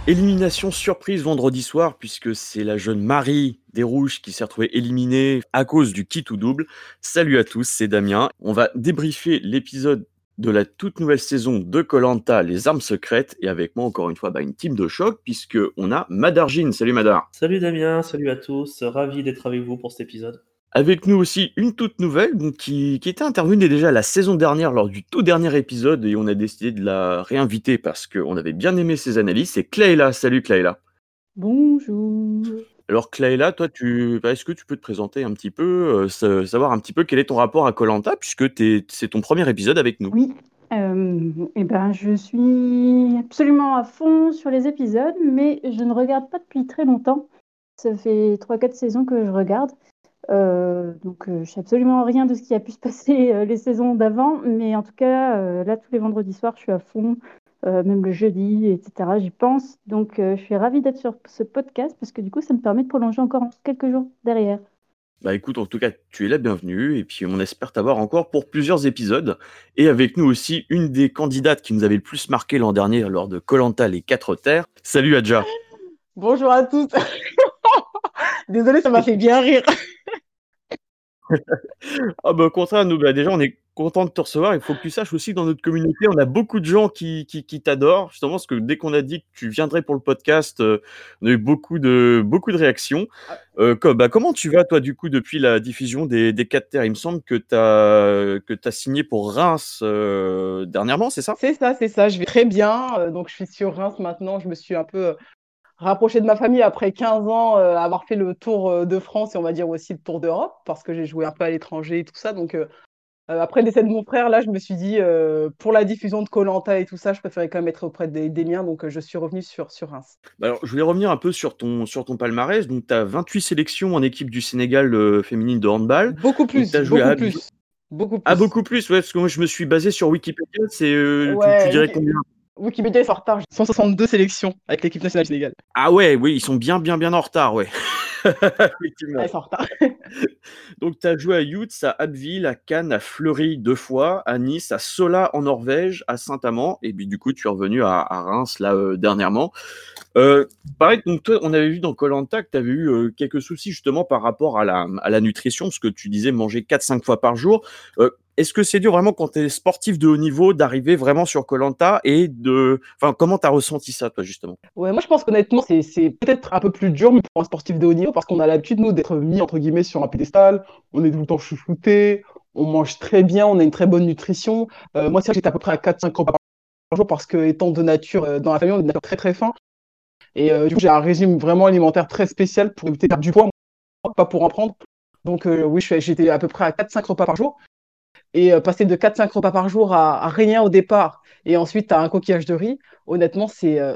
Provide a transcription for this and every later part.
Élimination surprise vendredi soir puisque c'est la jeune Marie des Rouges qui s'est retrouvée éliminée à cause du kit ou double. Salut à tous, c'est Damien. On va débriefer l'épisode de la toute nouvelle saison de koh Les Armes Secrètes. Et avec moi, encore une fois, une team de choc puisque on a Madarjine. Salut Madar. Salut Damien, salut à tous, ravi d'être avec vous pour cet épisode. Avec nous aussi une toute nouvelle donc qui était intervenue déjà la saison dernière lors du tout dernier épisode et on a décidé de la réinviter parce qu'on avait bien aimé ses analyses. C'est Clayla. Salut Clayla. Bonjour. Alors Clayla, toi, est-ce que tu peux te présenter un petit peu, savoir un petit peu quel est ton rapport à koh puisque c'est ton premier épisode avec nous? Oui, je suis absolument à fond sur les épisodes, mais je ne regarde pas depuis très longtemps. Ça fait 3-4 saisons que je regarde. Je sais absolument rien de ce qui a pu se passer les saisons d'avant, mais en tout cas, là, tous les vendredis soirs, je suis à fond, même le jeudi, etc. J'y pense. Donc, je suis ravie d'être sur ce podcast parce que du coup, ça me permet de prolonger encore quelques jours derrière. Bah écoute, en tout cas, tu es la bienvenue et puis on espère t'avoir encore pour plusieurs épisodes. Et avec nous aussi, une des candidates qui nous avait le plus marqué l'an dernier lors de koh les 4 terres. Salut Adja. Bonjour à tous. Désolée, ça m'a fait bien rire. Ah bah au contraire, nous, déjà, on est content de te recevoir. Il faut que tu saches aussi que dans notre communauté, on a beaucoup de gens qui t'adorent, justement, parce que dès qu'on a dit que tu viendrais pour le podcast, on a eu beaucoup de réactions. Comment tu vas, toi, du coup, depuis la diffusion des 4 terres? Il me semble que tu as signé pour Reims dernièrement, c'est ça? C'est ça. Je vais très bien. Donc, je suis sur Reims maintenant. Je me suis un peu rapprochée de ma famille après 15 ans, avoir fait le tour de France et on va dire aussi le tour d'Europe parce que j'ai joué un peu à l'étranger et tout ça. Donc, après le décès de mon frère, là, je me suis dit, pour la diffusion de koh et tout ça, je préférais quand même être auprès des miens. Donc, je suis revenue sur Reims. Alors, je voulais revenir un peu sur ton palmarès. Donc, tu as 28 sélections en équipe du Sénégal féminine de handball. Beaucoup Donc, tu plus, as joué beaucoup à plus. Beaucoup Ah, plus. beaucoup plus, ouais, parce que moi je me suis basé sur Wikipédia, tu Ouais, dirais combien? Wikipédia est en retard. J'ai 162 sélections avec l'équipe nationale du Sénégal. Ah ouais, oui, ils sont bien en retard, ouais. Ah, Effectivement. ils sont en retard. Donc tu as joué à Youts, à Abbeville, à Cannes, à Fleury 2 fois, à Nice, à Sola en Norvège, à Saint-Amand, et puis du coup tu es revenu à Reims là dernièrement. Pareil, donc toi, on avait vu dans koh que tu avais eu quelques soucis justement par rapport à la nutrition, parce que tu disais manger 4-5 fois par jour. Est-ce que c'est dur vraiment quand tu es sportif de haut niveau d'arriver vraiment sur koh et enfin, comment tu as ressenti ça, toi, justement? Ouais, moi je pense qu'honnêtement, c'est peut-être un peu plus dur mais pour un sportif de haut niveau parce qu'on a l'habitude, nous, d'être mis entre guillemets sur un pédestal. On est tout le temps chouchouté, on mange très bien, on a une très bonne nutrition. Moi, c'est vrai que j'étais à peu près à 4-5 repas par jour parce que, étant de nature, dans la famille, on est de nature très très fin. Et du coup, j'ai un régime vraiment alimentaire très spécial pour éviter de perdre du poids, moi, pas pour en prendre. Donc, oui, j'étais à peu près à 4-5 repas par jour. Et passer de 4-5 repas par jour à rien au départ et ensuite à un coquillage de riz, honnêtement,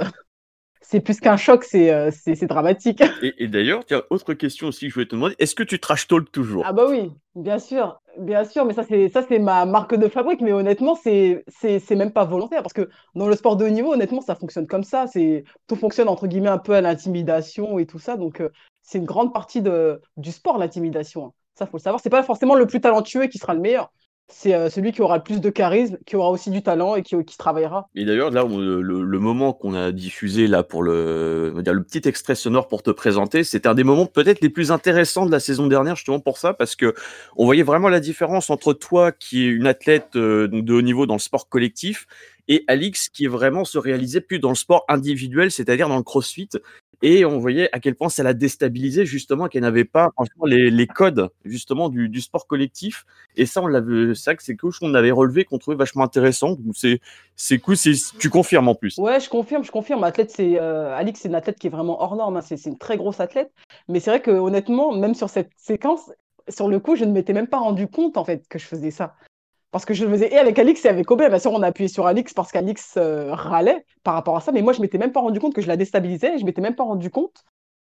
c'est plus qu'un choc, c'est dramatique. Et d'ailleurs, tiens, autre question aussi que je voulais te demander, est-ce que tu trash talk toujours? Ah bah oui, bien sûr, mais ça c'est ma marque de fabrique, mais honnêtement, c'est même pas volontaire, parce que dans le sport de haut niveau, honnêtement, ça fonctionne comme ça, tout fonctionne entre guillemets un peu à l'intimidation et tout ça, donc c'est une grande partie du sport, l'intimidation, hein. Ça, faut le savoir, c'est pas forcément le plus talentueux qui sera le meilleur, c'est celui qui aura le plus de charisme, qui aura aussi du talent et qui travaillera. Et d'ailleurs, là, le moment qu'on a diffusé là pour on va dire, le petit extrait sonore pour te présenter, c'était un des moments peut-être les plus intéressants de la saison dernière, justement pour ça, parce que on voyait vraiment la différence entre toi, qui est une athlète donc de haut niveau dans le sport collectif, et Alix, qui est vraiment se réalisait plus dans le sport individuel, c'est-à-dire dans le crossfit. Et on voyait à quel point ça l'a déstabilisé, justement, qu'elle n'avait pas franchement les codes justement du sport collectif. Et ça, on l'avait, c'est vrai que c'est quelque chose qu'on avait relevé, qu'on trouvait vachement intéressant. Donc c'est cool, tu confirmes en plus. Ouais, je confirme. Alix, c'est une athlète qui est vraiment hors norme, hein. C'est une très grosse athlète. Mais c'est vrai que honnêtement, même sur cette séquence, sur le coup, je ne m'étais même pas rendu compte en fait que je faisais ça. Parce que je le faisais et avec Alix et avec Kobe. Bien sûr, on a appuyé sur Alix parce qu'Alix râlait par rapport à ça. Mais moi, je m'étais même pas rendu compte que je la déstabilisais. Et je m'étais même pas rendu compte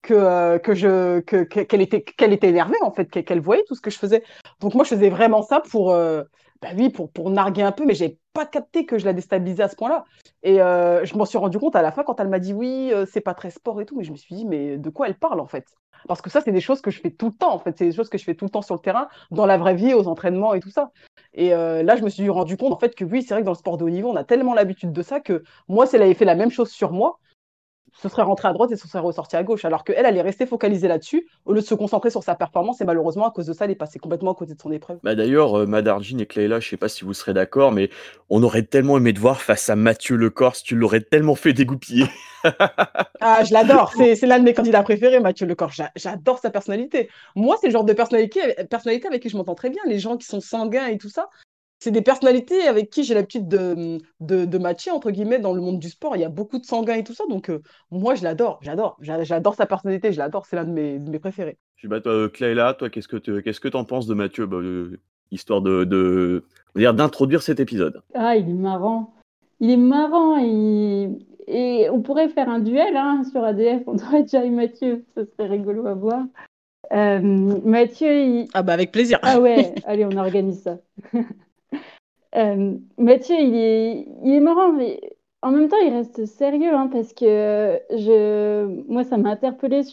qu'elle était énervée en fait, qu'elle voyait tout ce que je faisais. Donc moi, je faisais vraiment ça pour narguer un peu, mais j'ai pas capté que je la déstabilisais à ce point-là. Et je m'en suis rendu compte à la fin quand elle m'a dit oui, c'est pas très sport et tout, mais je me suis dit mais de quoi elle parle en fait? Parce que ça, c'est des choses que je fais tout le temps en fait, c'est des choses que je fais tout le temps sur le terrain, dans la vraie vie, aux entraînements et tout ça. Et là, je me suis rendu compte en fait que oui, c'est vrai que dans le sport de haut niveau, on a tellement l'habitude de ça que moi, si elle avait fait la même chose sur moi, ce serait rentré à droite et ce serait ressorti à gauche. Alors qu'elle, elle est restée focalisée là-dessus, au lieu de se concentrer sur sa performance. Et malheureusement, à cause de ça, elle est passée complètement à côté de son épreuve. Bah d'ailleurs, Madarjin et Clayla, je sais pas si vous serez d'accord, mais on aurait tellement aimé te voir face à Mathieu Lecorse, tu l'aurais tellement fait dégoupiller. Ah, je l'adore. C'est l'un de mes candidats préférés, Mathieu Lecor. J'adore sa personnalité. Moi, c'est le genre de personnalité avec qui je m'entends très bien. Les gens qui sont sanguins et tout ça, c'est des personnalités avec qui j'ai l'habitude de matcher, entre guillemets, dans le monde du sport. Il y a beaucoup de sanguins et tout ça. Donc, moi, je l'adore. J'adore sa personnalité. Je l'adore. C'est l'un de mes préférés. Je sais pas toi, Clayla, toi qu'est-ce que tu en penses de Mathieu? Bah, histoire on va dire d'introduire cet épisode. Ah, il est marrant. Il est marrant. Et on pourrait faire un duel hein, sur ADF. On aurait déjà eu Mathieu. Ce serait rigolo à voir. Mathieu, Ah, bah, avec plaisir. ah ouais, allez, on organise ça. Mathieu, il est marrant, mais en même temps, il reste sérieux hein, parce que moi, ça m'a interpellée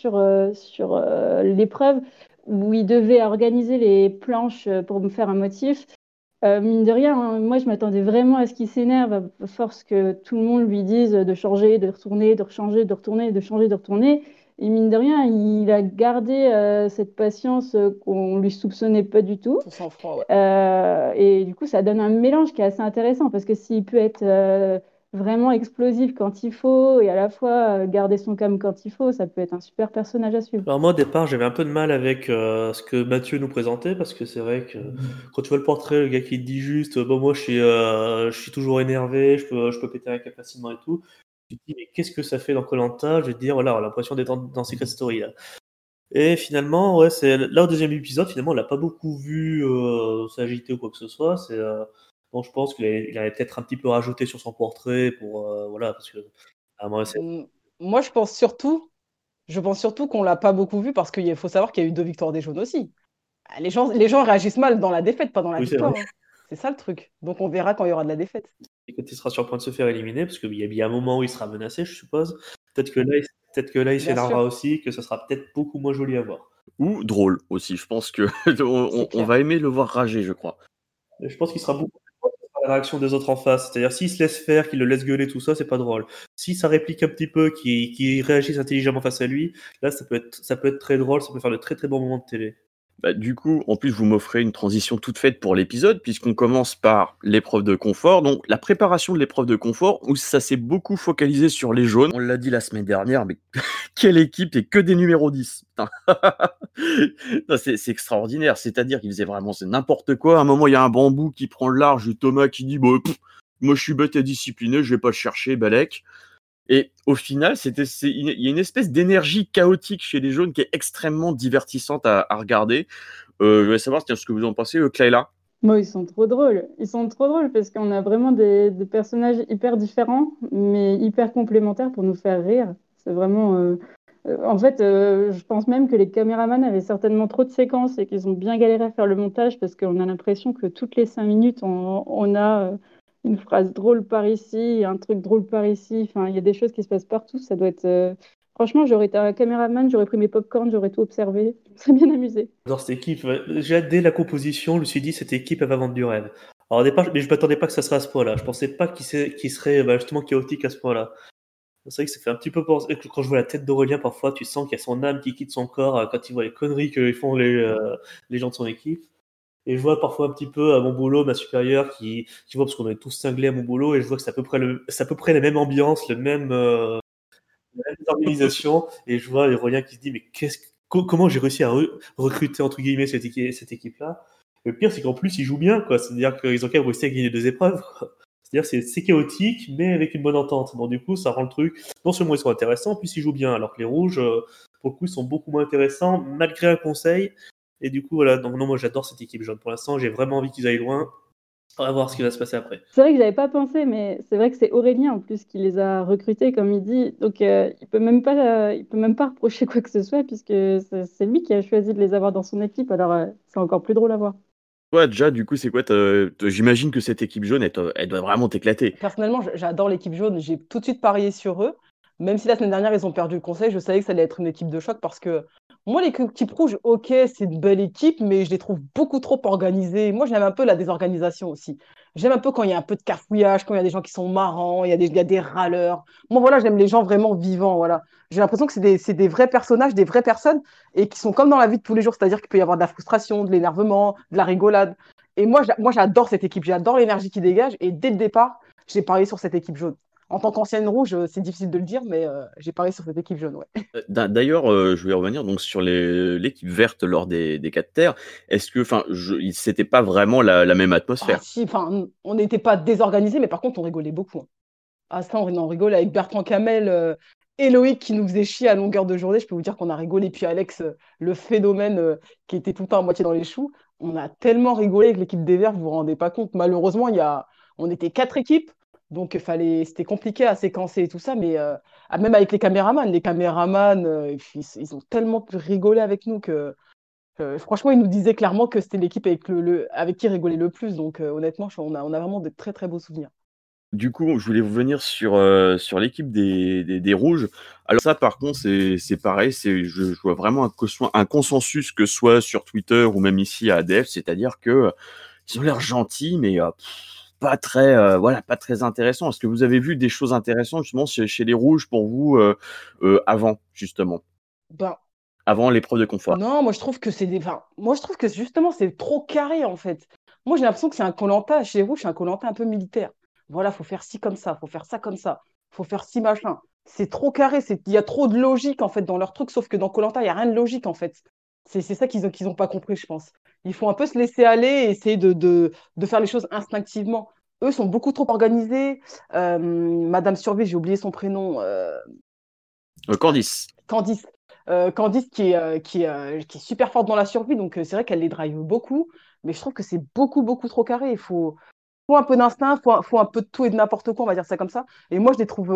sur l'épreuve où il devait organiser les planches pour me faire un motif. Mine de rien, hein, moi, je m'attendais vraiment à ce qu'il s'énerve à force que tout le monde lui dise de changer, de retourner, de rechanger, de retourner, de changer, de retourner. Et mine de rien, il a gardé cette patience qu'on lui soupçonnait pas du tout. Son sang-froid, ouais. Et du coup, ça donne un mélange qui est assez intéressant parce que s'il peut être vraiment explosif quand il faut et à la fois garder son calme quand il faut, ça peut être un super personnage à suivre. Alors moi, au départ, j'avais un peu de mal avec ce que Mathieu nous présentait, parce que c'est vrai que quand tu vois le portrait, le gars qui te dit juste, bon, moi, je suis toujours énervé, je peux péter un câble facilement et tout. Tu te dis, mais qu'est-ce que ça fait dans koh Je vais te dire, voilà, on a l'impression d'être dans Secret Story, là. Et finalement, ouais, c'est là au deuxième épisode, finalement, on l'a pas beaucoup vu s'agiter ou quoi que ce soit. Bon, je pense qu'il avait peut-être un petit peu rajouté sur son portrait pour voilà, parce que moi, Moi, je pense surtout qu'on l'a pas beaucoup vu parce qu'il faut savoir qu'il y a eu 2 victoires des jaunes aussi. Ah, les gens réagissent mal dans la défaite, pas dans la oui, c'est vrai. victoire, hein. C'est ça le truc. Donc on verra quand il y aura de la défaite. Et quand il sera sur le point de se faire éliminer, parce qu'il y a un moment où il sera menacé, je suppose. Peut-être que là, il Bien s'énervera sûr, aussi, que ça sera peut-être beaucoup moins joli à voir. Ou drôle aussi, je pense que c'est on clair. va aimer le voir rager, je crois. Et je pense qu'il sera beaucoup plus drôle sur la réaction des autres en face. C'est-à-dire, s'il se laisse faire, qu'il le laisse gueuler, tout ça, c'est pas drôle. Si ça réplique un petit peu, qu'il réagisse intelligemment face à lui, là, ça peut être très drôle, ça peut faire de très très bons moments de télé. Bah, du coup, en plus, vous m'offrez une transition toute faite pour l'épisode, puisqu'on commence par l'épreuve de confort. Donc, la préparation de l'épreuve de confort, où ça s'est beaucoup focalisé sur les jaunes. On l'a dit la semaine dernière, mais quelle équipe et que des numéros 10. Putain. Non, c'est extraordinaire. C'est-à-dire qu'il faisait vraiment c'est n'importe quoi. À un moment, il y a un bambou qui prend le large, Thomas qui dit bah, moi, je suis bête et discipliné, je vais pas le chercher, Balek. Et au final, il y a une espèce d'énergie chaotique chez les jaunes qui est extrêmement divertissante à regarder. Je voulais savoir ce que vous en pensez, Clayla. Moi, ils sont trop drôles. Ils sont trop drôles parce qu'on a vraiment des personnages hyper différents, mais hyper complémentaires pour nous faire rire. C'est vraiment. En fait, je pense même que les caméramans avaient certainement trop de séquences et qu'ils ont bien galéré à faire le montage parce qu'on a l'impression que toutes les 5 minutes, on a une phrase drôle par ici, un truc drôle par ici. Enfin, il y a des choses qui se passent partout. Ça doit être. Franchement, j'aurais été un caméraman, j'aurais pris mes pop-corn, j'aurais tout observé. Je me serais bien amusée. J'adore cette équipe. Déjà, dès la composition, je me suis dit, cette équipe, elle va vendre du rêve. Alors, au départ, mais je m'attendais pas que ça serait à ce point-là. Je pensais pas qu'il serait justement chaotique à ce point-là. C'est vrai que ça fait un petit peu penser. Quand je vois la tête d'Aurélien, parfois, tu sens qu'il y a son âme qui quitte son corps quand il voit les conneries que font les gens de son équipe. Et je vois parfois un petit peu à mon boulot, ma supérieure qui voit, parce qu'on est tous cinglés à mon boulot, et je vois que c'est à peu près la même ambiance, la même organisation. Et je vois Aurélien qui se dit, mais comment j'ai réussi à recruter, entre guillemets, cette équipe-là. Le pire, c'est qu'en plus, ils jouent bien, quoi. C'est-à-dire qu'ils ont quand même réussi à gagner 2 épreuves, quoi. C'est-à-dire c'est chaotique, mais avec une bonne entente. Donc du coup, ça rend le truc. Non seulement ils sont intéressants, en plus ils jouent bien. Alors que les rouges, pour le coup, ils sont beaucoup moins intéressants, malgré un conseil. Et du coup, voilà. Donc non, moi j'adore cette équipe jaune. Pour l'instant, j'ai vraiment envie qu'ils aillent loin. On va voir ce qui va se passer après. C'est vrai que j'avais pas pensé, mais c'est vrai que c'est Aurélien en plus qui les a recrutés, comme il dit. Donc il peut même pas reprocher quoi que ce soit puisque c'est lui qui a choisi de les avoir dans son équipe. Alors c'est encore plus drôle à voir. Toi, déjà, du coup, c'est quoi j'imagine que cette équipe jaune, elle doit vraiment t'éclater. Personnellement, j'adore l'équipe jaune. J'ai tout de suite parié sur eux. Même si la semaine dernière, ils ont perdu le conseil, je savais que ça allait être une équipe de choc parce que moi, l'équipe rouge, ok, c'est une belle équipe, mais je les trouve beaucoup trop organisées. Moi, j'aime un peu la désorganisation aussi. J'aime un peu quand il y a un peu de cafouillage, quand il y a des gens qui sont marrants, il y a des râleurs. Moi, voilà, j'aime les gens vraiment vivants, voilà. J'ai l'impression que c'est des vrais personnages, des vraies personnes, et qui sont comme dans la vie de tous les jours, c'est-à-dire qu'il peut y avoir de la frustration, de l'énervement, de la rigolade. Et moi, j'adore cette équipe, j'adore l'énergie qui dégage, et dès le départ, j'ai parié sur cette équipe jaune. En tant qu'ancienne rouge, c'est difficile de le dire, mais j'ai parié sur cette équipe jaune, ouais. D'ailleurs, je voulais revenir donc sur l'équipe verte lors des 4 terres. Est-ce que, enfin, c'était pas vraiment la même Ah atmosphère? si, enfin, on n'était pas désorganisés, mais par contre, on rigolait beaucoup, hein. Ah ça, on en rigole avec Bertrand Camel et Loïc qui nous faisait chier à longueur de journée. Je peux vous dire qu'on a rigolé. Puis Alex, le phénomène qui était tout le temps à moitié dans les choux. On a tellement rigolé avec l'équipe des Verts, vous vous rendez pas compte. Malheureusement, on était 4 équipes, donc c'était compliqué à séquencer et tout ça. Mais même avec les caméramans, ils ont tellement pu rigoler avec nous que franchement, ils nous disaient clairement que c'était l'équipe avec qui rigolait le plus. Donc honnêtement, on a vraiment de très très beaux souvenirs. Du coup, je voulais revenir sur l'équipe des rouges. Alors ça, par contre, c'est pareil, je vois vraiment un consensus, que ce soit sur Twitter ou même ici à ADF, c'est-à-dire que ils ont l'air gentils, mais pas très, voilà, pas très intéressants. Est-ce que vous avez vu des choses intéressantes justement chez les rouges pour vous, avant justement, Ben, avant l'épreuve de confort? non, moi je trouve que moi je trouve que justement c'est trop carré en fait. Moi j'ai l'impression que c'est un koh chez les Rouges, c'est un koh un peu militaire. Voilà, faut faire ci comme ça, faut faire ça comme ça, faut faire ci machin. C'est trop carré, il y a trop de logique en fait dans leur truc, sauf que dans koh il y a rien de logique en fait. C'est ça qu'ils ont pas compris, je pense. Il faut un peu se laisser aller et essayer de faire les choses instinctivement. Eux sont beaucoup trop organisés. Madame Survie, j'ai oublié son prénom. Candice. Candice. Candice qui est super forte dans la survie, donc c'est vrai qu'elle les drive beaucoup, mais je trouve que c'est beaucoup, beaucoup trop carré. Faut un peu d'instinct, faut un peu de tout et de n'importe quoi, on va dire ça comme ça. Et moi, je les trouve,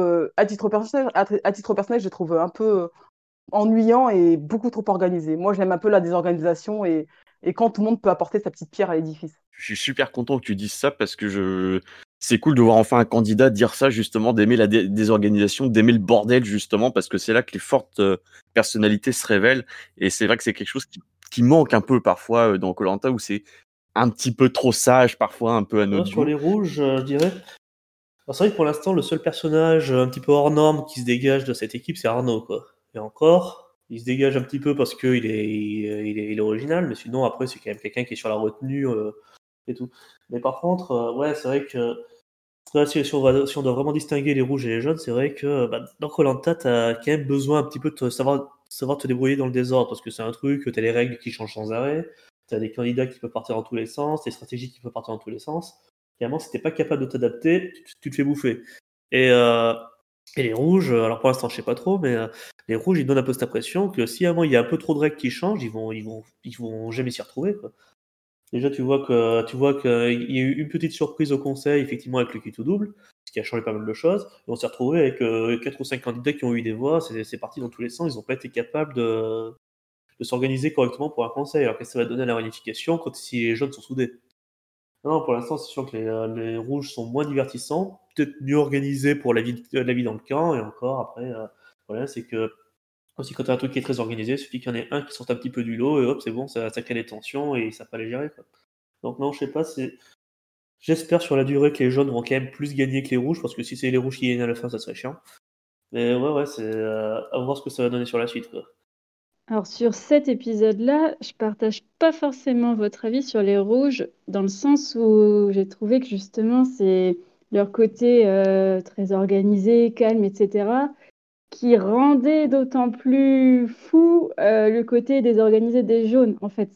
à titre personnel, je les trouve un peu ennuyants et beaucoup trop organisés. Moi, j'aime un peu la désorganisation et quand tout le monde peut apporter sa petite pierre à l'édifice. Je suis super content que tu dises ça parce que c'est cool de voir enfin un candidat dire ça justement, d'aimer la désorganisation, d'aimer le bordel justement, parce que c'est là que les fortes personnalités se révèlent. Et c'est vrai que c'est quelque chose qui manque un peu parfois dans koh, où c'est un petit peu trop sage, parfois un peu à notre Sur goût. les rouges, je dirais. Alors, c'est vrai que pour l'instant, le seul personnage un petit peu hors norme qui se dégage de cette équipe, c'est Arnaud, quoi. Et encore, il se dégage un petit peu parce qu'il est original, mais sinon, après, c'est quand même quelqu'un qui est sur la retenue et tout. Mais par contre, ouais, c'est vrai que là, si on doit vraiment distinguer les rouges et les jaunes, c'est vrai que dans koh t'as quand même besoin un petit peu de savoir te débrouiller dans le désordre, parce que c'est un truc, t'as les règles qui changent sans arrêt, t'as des candidats qui peuvent partir dans tous les sens, des stratégies qui peuvent partir dans tous les sens. Finalement, si t'es pas capable de t'adapter, tu te fais bouffer. Et, euh, et les rouges, alors pour l'instant, je sais pas trop, mais les rouges, ils donnent un peu cette impression que si à un moment il y a un peu trop de règles qui changent, ils vont jamais s'y retrouver, quoi. Déjà, tu vois qu'il y a eu une petite surprise au conseil, effectivement, avec le kit au double, ce qui a changé pas mal de choses. Et on s'est retrouvé avec 4 ou 5 candidats qui ont eu des voix. C'est parti dans tous les sens. Ils n'ont pas été capables de s'organiser correctement pour un conseil. Alors qu'est-ce que ça va donner à la réunification si les jeunes sont soudés? Non, pour l'instant, c'est sûr que les rouges sont moins divertissants, peut-être mieux organisés pour la vie dans le camp. Et encore, après, le problème, c'est que aussi quand tu as un truc qui est très organisé, il suffit qu'il y en ait un qui sorte un petit peu du lot et hop, c'est bon, ça crée des tensions et ça peut les gérer, quoi. Donc non, je sais pas, j'espère sur la durée que les jaunes vont quand même plus gagner que les rouges, parce que si c'est les rouges qui gagnent à la fin, ça serait chiant. Mais ouais, c'est à voir ce que ça va donner sur la suite, quoi. Alors sur cet épisode-là, je partage pas forcément votre avis sur les rouges, dans le sens où j'ai trouvé que justement c'est leur côté très organisé, calme, etc., qui rendait d'autant plus fou le côté désorganisé des jaunes. En fait,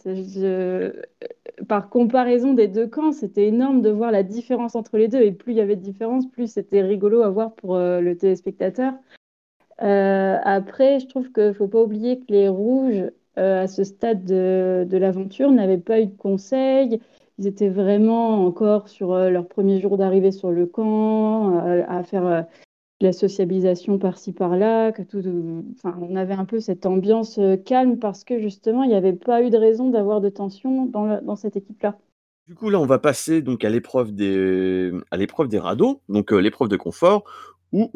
par comparaison des deux camps, c'était énorme de voir la différence entre les deux. Et plus il y avait de différence, plus c'était rigolo à voir pour le téléspectateur. Après, je trouve qu'il ne faut pas oublier que les rouges, à ce stade de l'aventure, n'avaient pas eu de conseil. Ils étaient vraiment encore sur leur premier jour d'arrivée sur le camp, à faire de la sociabilisation par-ci par-là. Enfin, on avait un peu cette ambiance calme parce que justement, il n'y avait pas eu de raison d'avoir de tension dans cette équipe-là. Du coup, là, on va passer donc à l'épreuve des radeaux, donc l'épreuve de confort, où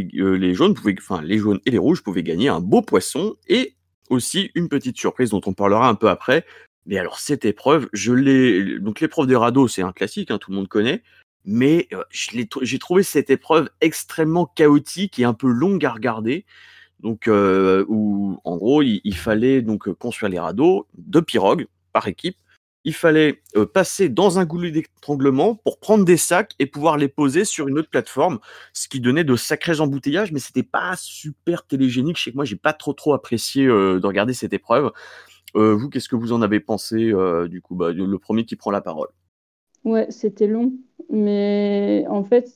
les jaunes et les rouges pouvaient gagner un beau poisson et aussi une petite surprise dont on parlera un peu après, Mais alors cette épreuve, donc l'épreuve des radeaux, c'est un classique, tout le monde connaît, mais j'ai trouvé cette épreuve extrêmement chaotique et un peu longue à regarder. Donc où en gros il fallait donc construire les radeaux, 2 pirogues par équipe. Il fallait passer dans un goulot d'étranglement pour prendre des sacs et pouvoir les poser sur une autre plateforme, ce qui donnait de sacrés embouteillages, mais c'était pas super télégénique. Je sais que moi j'ai pas trop apprécié de regarder cette épreuve. Vous, qu'est-ce que vous en avez pensé du coup, le premier qui prend la parole? Ouais, c'était long, mais en fait,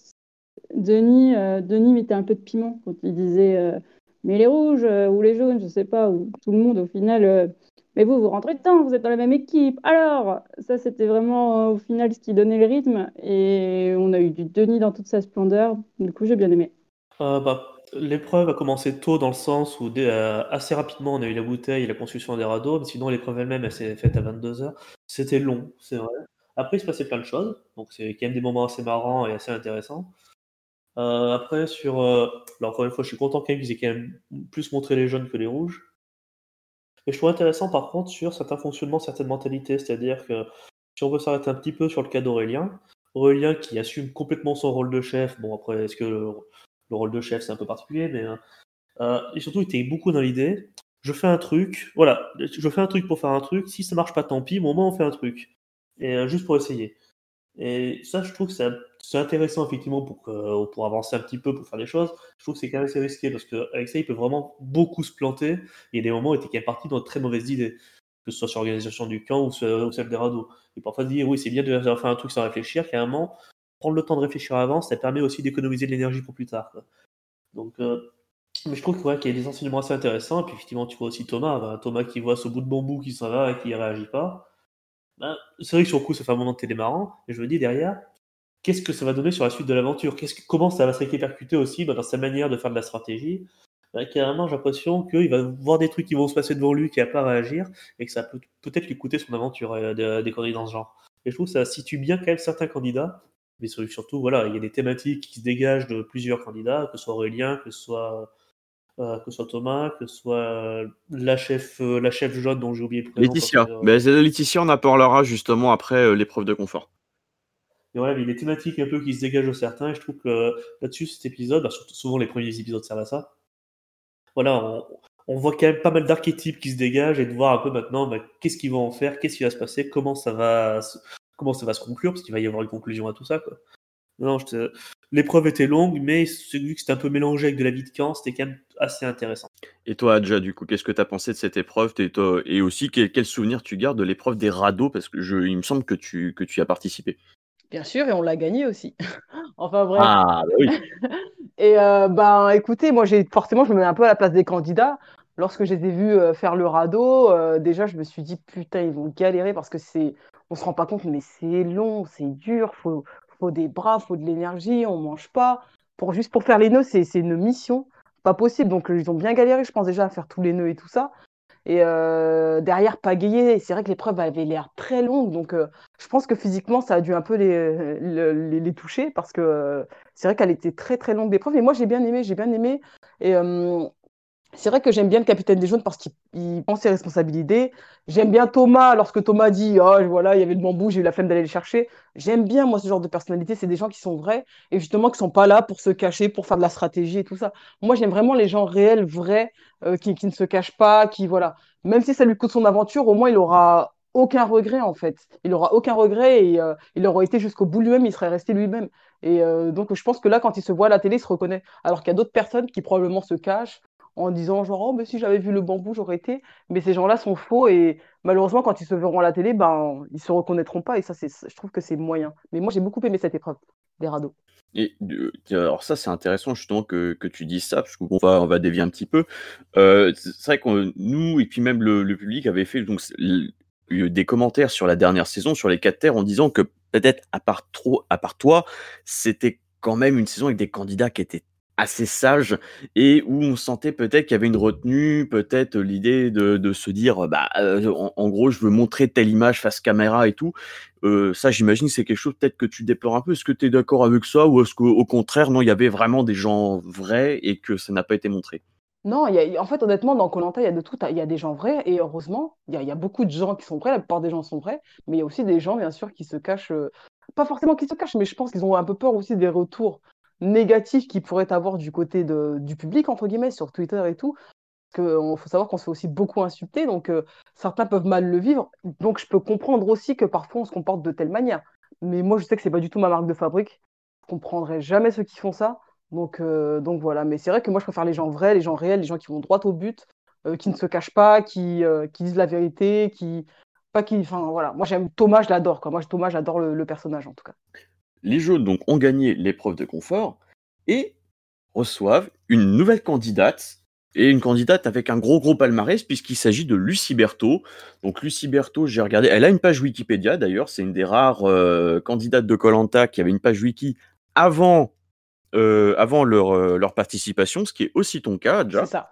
Denis mettait un peu de piment quand il disait mais les rouges ou les jaunes, je sais pas, ou tout le monde au final. Mais vous rentrez dedans, vous êtes dans la même équipe. Alors, ça c'était vraiment au final ce qui donnait le rythme et on a eu du Denis dans toute sa splendeur. Du coup, j'ai bien aimé. L'épreuve a commencé tôt dans le sens où assez rapidement on a eu la bouteille et la construction des radeaux, mais sinon l'épreuve elle-même elle s'est faite à 22h. C'était long, c'est vrai. Après il se passait plein de choses, donc c'est quand même des moments assez marrants et assez intéressants. Après là encore une fois je suis content quand même qu'ils aient quand même plus montré les jaunes que les rouges. Et je trouve intéressant par contre sur certains fonctionnements, certaines mentalités, c'est-à-dire que si on veut s'arrêter un petit peu sur le cas d'Aurélien, Aurélien qui assume complètement son rôle de chef, bon après est-ce que le rôle de chef c'est un peu particulier, mais et surtout il était beaucoup dans l'idée, je fais un truc, voilà, je fais un truc pour faire un truc, si ça marche pas tant pis, mais au moins on fait un truc, et juste pour essayer. Et ça je trouve que c'est intéressant effectivement pour avancer un petit peu, pour faire des choses. Je trouve que c'est quand même assez risqué parce qu'avec ça il peut vraiment beaucoup se planter. Il y a des moments où il était quand même parti dans de très mauvaises idées, que ce soit sur l'organisation du camp ou celle des radeaux. Et parfois dire oui c'est bien de faire un truc sans réfléchir, carrément, prendre le temps de réfléchir avant, ça permet aussi d'économiser de l'énergie pour plus tard, quoi. Donc, mais je trouve que, ouais, qu'il y a des enseignements assez intéressants. Et puis effectivement tu vois aussi Thomas qui voit ce bout de bambou qui s'en va et qui réagit pas. Ben, c'est vrai que sur le coup ça fait un moment de télé marrant, et je me dis derrière, qu'est-ce que ça va donner sur la suite de l'aventure? Comment ça va se répercuter aussi dans sa manière de faire de la stratégie? Carrément, j'ai l'impression qu'il va voir des trucs qui vont se passer devant lui, qu'il va pas réagir, et que ça peut peut-être lui coûter son aventure des conneries dans ce genre. Et je trouve que ça situe bien quand même certains candidats, mais surtout, voilà, il y a des thématiques qui se dégagent de plusieurs candidats, que ce soit Aurélien, que ce soit Thomas, que ce soit la chef jaune dont j'ai oublié le prénom. Laetitia. Laetitia, on en parlera justement après l'épreuve de confort. Mais voilà, mais il y a des thématiques un peu qui se dégagent de certains, et je trouve que là-dessus, cet épisode, surtout souvent les premiers épisodes servent à ça. Voilà, on voit quand même pas mal d'archétypes qui se dégagent et de voir un peu maintenant qu'est-ce qu'ils vont en faire, qu'est-ce qui va se passer, comment ça va se conclure, parce qu'il va y avoir une conclusion à tout ça, quoi. Non, l'épreuve était longue, mais vu que c'était un peu mélangé avec de la vie de camp, c'était quand même assez intéressant. Et toi, Adja, du coup, qu'est-ce que tu as pensé de cette épreuve? Et aussi, quel souvenir tu gardes de l'épreuve des radeaux? Parce que il me semble que tu y as participé. Bien sûr, et on l'a gagné aussi. Enfin bref. Ah, bah oui. Et ben, écoutez, moi, forcément, je me mets un peu à la place des candidats. Lorsque je les ai vus faire le radeau, déjà, je me suis dit, putain, ils vont galérer parce que on se rend pas compte, mais c'est long, c'est dur, faut des bras, faut de l'énergie, on mange pas. Juste pour faire les nœuds, c'est une mission, pas possible. Donc, ils ont bien galéré, je pense déjà, à faire tous les nœuds et tout ça. Et derrière, pagayer, c'est vrai que l'épreuve avait l'air très longue. Donc, je pense que physiquement, ça a dû un peu les toucher parce que c'est vrai qu'elle était très, très longue l'épreuve. Et moi, j'ai bien aimé, j'ai bien aimé. Et c'est vrai que j'aime bien le capitaine des jaunes parce qu'il prend ses responsabilités. J'aime bien Thomas lorsque Thomas dit oh, voilà, il y avait le bambou, j'ai eu la flemme d'aller le chercher. J'aime bien, moi, ce genre de personnalité. C'est des gens qui sont vrais et justement qui sont pas là pour se cacher, pour faire de la stratégie et tout ça. Moi, j'aime vraiment les gens réels, vrais, qui ne se cachent pas, qui, voilà. Même si ça lui coûte son aventure, au moins, il aura aucun regret, en fait. Il aura aucun regret et il aura été jusqu'au bout lui-même, il serait resté lui-même. Et donc, je pense que là, quand il se voit à la télé, il se reconnaît. Alors qu'il y a d'autres personnes qui probablement se cachent en disant genre oh mais si j'avais vu le bambou j'aurais été, mais ces gens-là sont faux et malheureusement quand ils se verront à la télé ben ils se reconnaîtront pas et ça je trouve que c'est moyen, mais moi j'ai beaucoup aimé cette épreuve des radeaux. Et alors ça, c'est intéressant justement que tu dises ça, parce qu'on va dévier un petit peu. C'est vrai que nous, et puis même le public avait fait donc, des commentaires sur la dernière saison, sur les 4 terres, en disant que peut-être à part toi, c'était quand même une saison avec des candidats qui étaient assez sages et où on sentait peut-être qu'il y avait une retenue, peut-être l'idée de se dire, en gros, je veux montrer telle image face caméra et tout. Ça, j'imagine que c'est quelque chose peut-être que tu déplores un peu. Est-ce que tu es d'accord avec ça ou est-ce qu'au contraire, non, il y avait vraiment des gens vrais et que ça n'a pas été montré? Non, en fait, honnêtement, dans koh il y a de tout. Il y a des gens vrais, et heureusement, il y a beaucoup de gens qui sont vrais, la plupart des gens sont vrais, mais il y a aussi des gens, bien sûr, qui se cachent, pas forcément qui se cachent, mais je pense qu'ils ont un peu peur aussi des retours négatifs qu'ils pourraient avoir du côté du public, entre guillemets, sur Twitter et tout. Parce qu'il faut savoir qu'on se fait aussi beaucoup insulter, donc certains peuvent mal le vivre. Donc je peux comprendre aussi que parfois on se comporte de telle manière. Mais moi, je sais que c'est pas du tout ma marque de fabrique. Je comprendrai jamais ceux qui font ça. Donc voilà. Mais c'est vrai que moi, je préfère les gens vrais, les gens réels, les gens qui vont droit au but, qui ne se cachent pas, qui disent la vérité, pas qui. Enfin voilà. Moi, j'aime Thomas, je l'adore, quoi. Moi, Thomas, j'adore le personnage en tout cas. Les jaunes donc ont gagné l'épreuve de confort et reçoivent une nouvelle candidate, et une candidate avec un gros palmarès, puisqu'il s'agit de Lucie Berthaud. Donc Lucie Berthaud, j'ai regardé, elle a une page Wikipédia d'ailleurs, c'est une des rares candidates de koh qui avait une page wiki avant, avant leur participation, ce qui est aussi ton cas, C'est déjà. ça.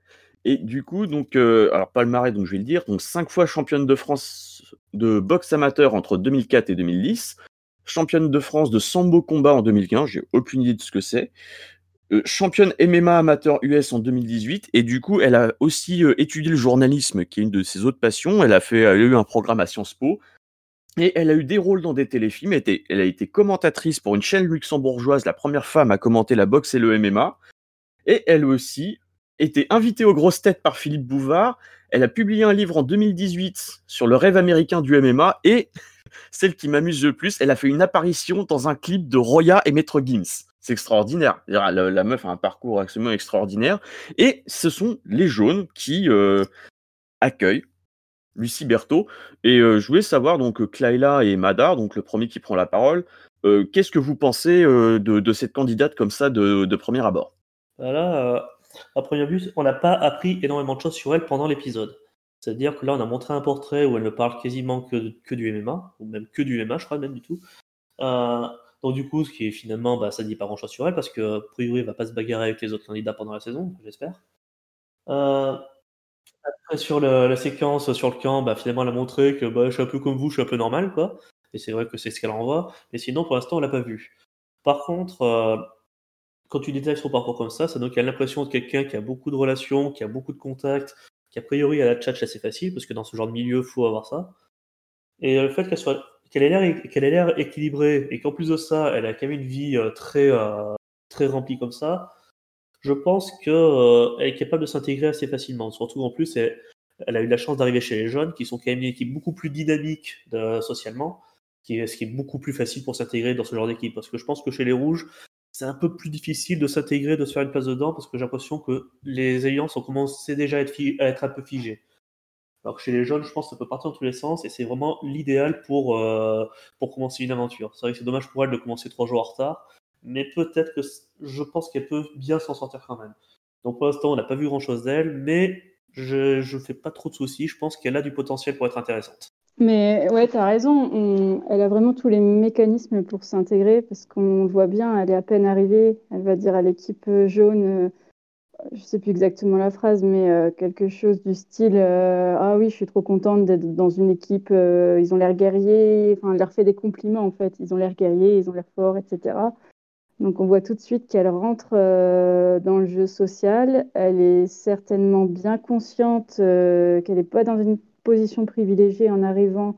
Et du coup, donc, alors palmarès, donc je vais le dire, donc 5 fois championne de France de boxe amateur entre 2004 et 2010, championne de France de sambo combat en 2015, j'ai aucune idée de ce que c'est, championne MMA amateur US en 2018, et du coup, elle a aussi étudié le journalisme, qui est une de ses autres passions. Elle a eu un programme à Sciences Po, et elle a eu des rôles dans des téléfilms. Elle a été commentatrice pour une chaîne luxembourgeoise, la première femme à commenter la boxe et le MMA. Et elle aussi était invitée aux grosses têtes par Philippe Bouvard. Elle a publié un livre en 2018 sur le rêve américain du MMA, et celle qui m'amuse le plus, elle a fait une apparition dans un clip de Roya et Maître Gims. C'est extraordinaire. La meuf a un parcours absolument extraordinaire. Et ce sont les jaunes qui accueillent Lucie Berthaud. Et je voulais savoir, donc, Clayla et Madar, donc le premier qui prend la parole, qu'est-ce que vous pensez de cette candidate comme ça de premier abord? Là, à première vue, on n'a pas appris énormément de choses sur elle pendant l'épisode. C'est-à-dire que là, on a montré un portrait où elle ne parle quasiment que du MMA, ou même que du MMA, je crois, même du tout. Euh, donc du coup, ce qui est finalement, bah, ça dit pas grand-chose sur elle, parce que a priori, elle va pas se bagarrer avec les autres candidats pendant la saison, j'espère. Euh, Après, sur la séquence sur le camp, bah, finalement, elle a montré que bah, je suis un peu comme vous, je suis un peu normal, quoi. Et c'est vrai que c'est ce qu'elle renvoie. Mais sinon, pour l'instant, on l'a pas vu. Par contre, quand tu détailles son parcours comme ça donne l'impression de quelqu'un qui a beaucoup de relations, qui a beaucoup de contacts, qui a priori a la tchatche assez facile, parce que dans ce genre de milieu, il faut avoir ça. Et le fait qu'elle ait l'air équilibrée, et qu'en plus de ça, elle a quand même une vie très remplie comme ça, je pense qu'elle est capable de s'intégrer assez facilement. Surtout en plus, elle a eu la chance d'arriver chez les jeunes, qui sont quand même une équipe beaucoup plus dynamique socialement, ce qui est beaucoup plus facile pour s'intégrer dans ce genre d'équipe. Parce que je pense que chez les rouges, c'est un peu plus difficile de s'intégrer, de se faire une place dedans, parce que j'ai l'impression que les alliances ont commencé déjà à être un peu figées. Alors que chez les jeunes, je pense que ça peut partir dans tous les sens, et c'est vraiment l'idéal pour commencer une aventure. C'est vrai que c'est dommage pour elle de commencer 3 jours en retard, mais peut-être que je pense qu'elle peut bien s'en sortir quand même. Donc pour l'instant, on n'a pas vu grand-chose d'elle, mais je ne fais pas trop de soucis. Je pense qu'elle a du potentiel pour être intéressante. Mais ouais, tu as raison, elle a vraiment tous les mécanismes pour s'intégrer parce qu'on le voit bien, elle est à peine arrivée, elle va dire à l'équipe jaune, je sais plus exactement la phrase, mais quelque chose du style ah oui, je suis trop contente d'être dans une équipe, ils ont l'air guerriers, enfin, elle leur fait des compliments en fait, ils ont l'air guerriers, ils ont l'air forts, etc. Donc on voit tout de suite qu'elle rentre dans le jeu social, elle est certainement bien consciente qu'elle n'est pas dans une position privilégiée en arrivant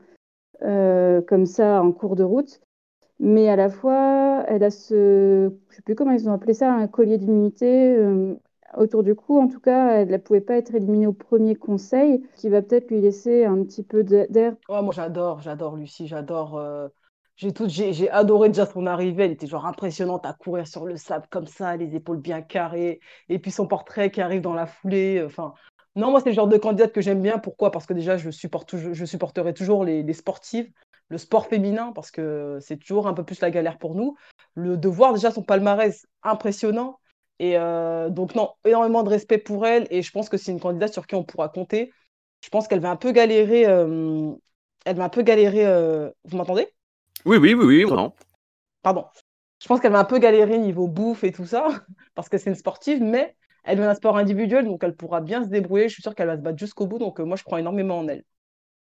comme ça en cours de route. Mais à la fois, elle a je sais plus comment ils ont appelé ça, un collier d'immunité autour du cou. En tout cas, elle ne pouvait pas être éliminée au premier conseil, qui va peut-être lui laisser un petit peu d'air. Ouais, moi j'adore Lucie, j'adore. J'ai adoré déjà son arrivée, elle était genre impressionnante à courir sur le sable comme ça, les épaules bien carrées, et puis son portrait qui arrive dans la foulée. Enfin, non, moi c'est le genre de candidate que j'aime bien. Pourquoi? Parce que déjà je supporterai toujours les sportives, le sport féminin, parce que c'est toujours un peu plus la galère pour nous. De voir déjà son palmarès impressionnant, et donc non, énormément de respect pour elle, et je pense que c'est une candidate sur qui on pourra compter. Je pense qu'elle va un peu galérer. Elle va un peu galérer. Vous m'entendez? Oui, vraiment. Pardon. Je pense qu'elle va un peu galérer niveau bouffe et tout ça, parce que c'est une sportive, mais elle vient d'un sport individuel, donc elle pourra bien se débrouiller. Je suis sûre qu'elle va se battre jusqu'au bout, donc moi je crois énormément en elle.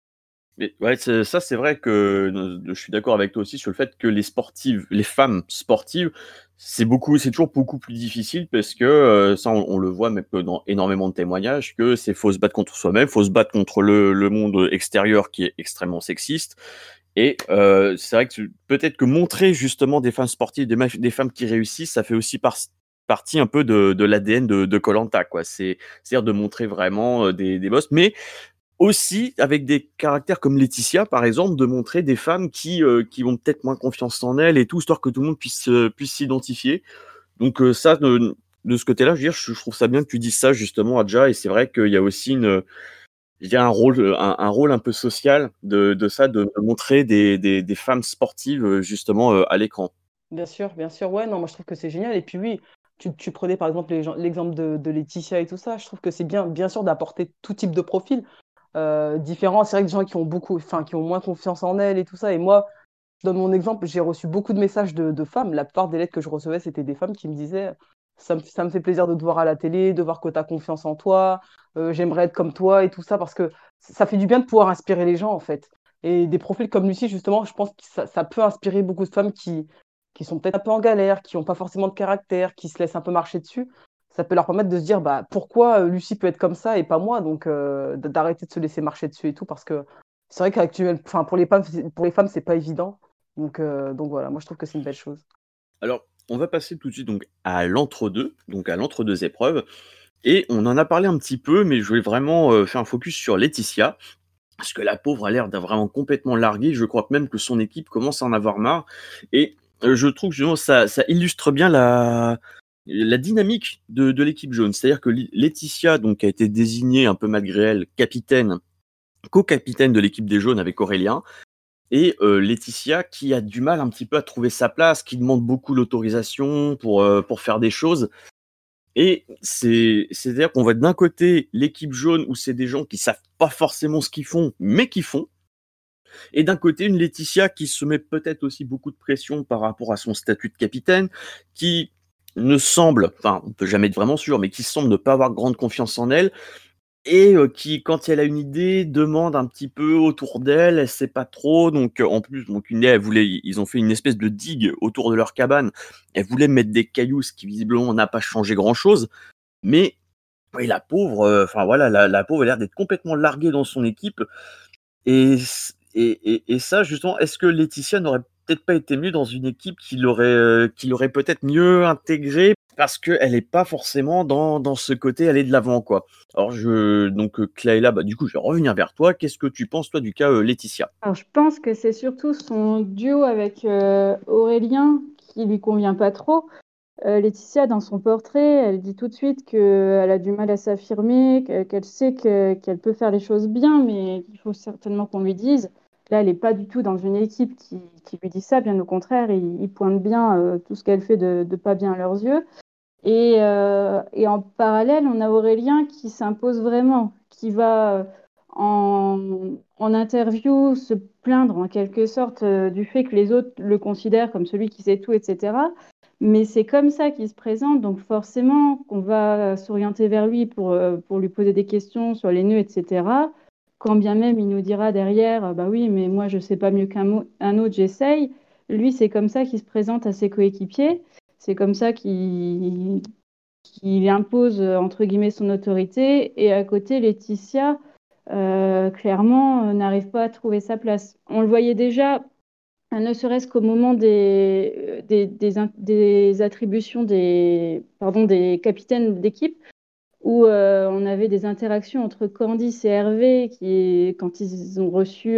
Mais ouais, c'est vrai que je suis d'accord avec toi aussi sur le fait que les femmes sportives, c'est toujours beaucoup plus difficile parce que ça, on le voit même dans énormément de témoignages, que c'est faut se battre contre soi-même, faut se battre contre le monde extérieur qui est extrêmement sexiste. Et c'est vrai que peut-être que montrer justement des femmes sportives, des femmes qui réussissent, ça fait aussi partie un peu de l'ADN de koh quoi. C'est-à-dire de montrer vraiment des boss, mais aussi, avec des caractères comme Laetitia, par exemple, de montrer des femmes qui ont peut-être moins confiance en elles et tout, histoire que tout le monde puisse s'identifier. Donc ça, de ce côté-là, je veux dire, je trouve ça bien que tu dises ça justement, Adja, et c'est vrai qu'il y a aussi je dirais un rôle un peu social de ça, de montrer des femmes sportives justement à l'écran. Bien sûr, ouais, non, moi je trouve que c'est génial. Et puis oui, tu prenais par exemple l'exemple de Laetitia et tout ça. Je trouve que c'est bien sûr d'apporter tout type de profil différent. C'est vrai que des gens qui ont qui ont moins confiance en elles et tout ça. Et moi, je donne mon exemple, j'ai reçu beaucoup de messages de femmes. La plupart des lettres que je recevais, c'était des femmes qui me disaient, ça me fait plaisir de te voir à la télé, de voir que tu as confiance en toi, j'aimerais être comme toi et tout ça, parce que ça fait du bien de pouvoir inspirer les gens, en fait. Et des profils comme Lucie, justement, je pense que ça peut inspirer beaucoup de femmes qui sont peut-être un peu en galère, qui n'ont pas forcément de caractère, qui se laissent un peu marcher dessus. Ça peut leur permettre de se dire, bah, pourquoi Lucie peut être comme ça et pas moi, donc d'arrêter de se laisser marcher dessus et tout, parce que c'est vrai qu'actuellement, enfin, pour les femmes, c'est pas évident. Donc voilà, moi je trouve que c'est une belle chose. Alors, on va passer tout de suite donc à l'entre-deux, donc à l'entre-deux épreuves. Et on en a parlé un petit peu, mais je voulais vraiment faire un focus sur Laetitia. Parce que la pauvre a l'air d'être vraiment complètement larguée. Je crois même que son équipe commence à en avoir marre. Et je trouve que justement, ça illustre bien la dynamique de l'équipe jaune. C'est-à-dire que Laetitia, donc, qui a été désignée un peu malgré elle capitaine, co-capitaine de l'équipe des jaunes avec Aurélien. Et Laetitia qui a du mal un petit peu à trouver sa place, qui demande beaucoup l'autorisation pour faire des choses. Et c'est-à-dire qu'on va d'un côté l'équipe jaune où c'est des gens qui savent pas forcément ce qu'ils font, mais qui font. Et d'un côté une Laetitia qui se met peut-être aussi beaucoup de pression par rapport à son statut de capitaine, qui ne semble, enfin on peut jamais être vraiment sûr, mais qui semble ne pas avoir grande confiance en elle et qui, quand elle a une idée, demande un petit peu autour d'elle, elle sait pas trop. Donc en plus, donc une idée, ils ont fait une espèce de digue autour de leur cabane. Elle voulait mettre des cailloux, ce qui visiblement n'a pas changé grand-chose. Mais oui, la pauvre, enfin voilà, la pauvre a l'air d'être complètement larguée dans son équipe. Et ça, justement, est-ce que Laetitia n'aurait peut-être pas été mieux dans une équipe qui l'aurait peut-être mieux intégrée parce qu'elle n'est pas forcément dans ce côté aller de l'avant, quoi. Alors, Claïla, bah, du coup, je vais revenir vers toi. Qu'est-ce que tu penses, toi, du cas Laetitia? Alors, je pense que c'est surtout son duo avec Aurélien qui lui convient pas trop. Laetitia, dans son portrait, elle dit tout de suite qu'elle a du mal à s'affirmer, qu'elle sait qu'elle peut faire les choses bien, mais qu'il faut certainement qu'on lui dise. Là, elle n'est pas du tout dans une équipe qui lui dit ça, bien au contraire, ils pointent bien tout ce qu'elle fait de pas bien à leurs yeux. Et en parallèle, on a Aurélien qui s'impose vraiment, qui va en interview se plaindre en quelque sorte du fait que les autres le considèrent comme celui qui sait tout, etc. Mais c'est comme ça qu'il se présente, donc forcément qu'on va s'orienter vers lui pour lui poser des questions sur les nœuds, etc. Quand bien même il nous dira derrière, bah oui, mais moi je sais pas mieux qu'un autre, j'essaye. Lui, c'est comme ça qu'il se présente à ses coéquipiers. C'est comme ça qu'il impose, entre guillemets, son autorité. Et à côté, Laetitia, clairement, n'arrive pas à trouver sa place. On le voyait déjà, ne serait-ce qu'au moment des attributions des capitaines d'équipe, où on avait des interactions entre Candice et Hervé, quand ils ont reçu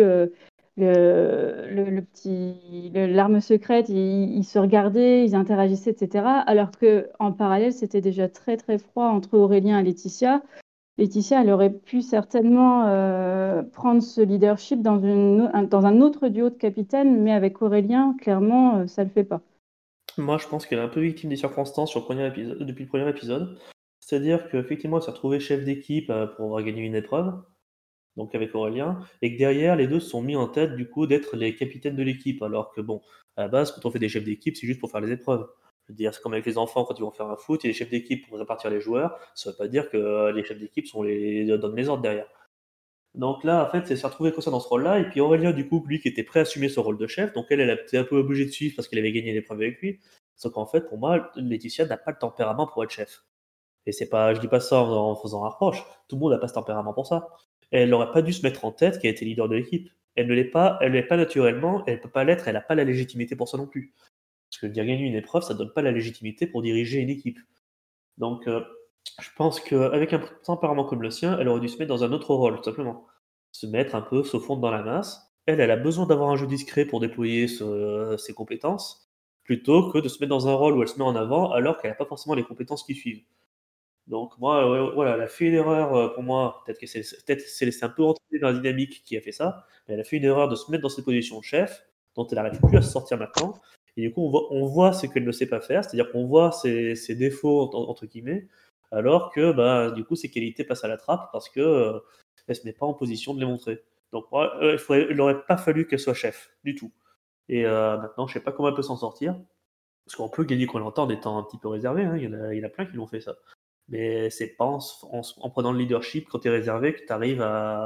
l'arme secrète, ils se regardaient, ils interagissaient, etc. Alors qu'en parallèle, c'était déjà très très froid entre Aurélien et Laetitia. Laetitia, elle aurait pu certainement prendre ce leadership dans un autre duo de capitaines, mais avec Aurélien, clairement, ça ne le fait pas. Moi, je pense qu'elle est un peu victime des circonstances depuis le premier épisode. C'est-à-dire qu'effectivement, elle s'est retrouvée chef d'équipe pour gagner une épreuve, donc avec Aurélien, et que derrière, les deux se sont mis en tête du coup d'être les capitaines de l'équipe, alors que bon, à la base, quand on fait des chefs d'équipe, c'est juste pour faire les épreuves. Je veux dire, c'est comme avec les enfants quand ils vont faire un foot, et les chefs d'équipe pour répartir les joueurs, ça veut pas dire que les chefs d'équipe donnent les ordres derrière. Donc là, en fait, elle s'est retrouvée comme ça dans ce rôle-là. Et puis Aurélien, du coup, lui qui était prêt à assumer ce rôle de chef, donc elle a été un peu obligée de suivre parce qu'elle avait gagné l'épreuve avec lui. Sauf qu'en fait, pour moi, Laetitia n'a pas le tempérament pour être chef. Et c'est pas, je dis pas ça en faisant un reproche. Tout le monde n'a pas ce tempérament pour ça. Elle n'aurait pas dû se mettre en tête qu'elle était leader de l'équipe. Elle ne l'est pas naturellement, elle peut pas l'être, elle n'a pas la légitimité pour ça non plus. Parce que dire gagner une épreuve, ça donne pas la légitimité pour diriger une équipe. Donc, je pense qu'avec un tempérament comme le sien, elle aurait dû se mettre dans un autre rôle, tout simplement. Se mettre un peu, se fondre dans la masse. Elle a besoin d'avoir un jeu discret pour déployer ses compétences, plutôt que de se mettre dans un rôle où elle se met en avant alors qu'elle n'a pas forcément les compétences qui suivent. Donc moi, voilà, elle a fait une erreur pour moi. Peut-être qu'elle s'est un peu entraînée dans la dynamique qui a fait ça, mais elle a fait une erreur de se mettre dans cette position de chef, dont elle n'arrive plus à se sortir maintenant. Et du coup, on voit ce qu'elle ne sait pas faire, c'est-à-dire qu'on voit ses défauts entre guillemets, alors que bah, du coup ses qualités passent à la trappe parce que elle se met pas en position de les montrer. Donc moi, il n'aurait pas fallu qu'elle soit chef du tout. Et maintenant, je sais pas comment elle peut s'en sortir, parce qu'on peut gagner Koh-Lanta en étant un petit peu réservé. Hein. Il y en a plein qui l'ont fait ça. Mais c'est pas en prenant le leadership quand tu es réservé que tu arrives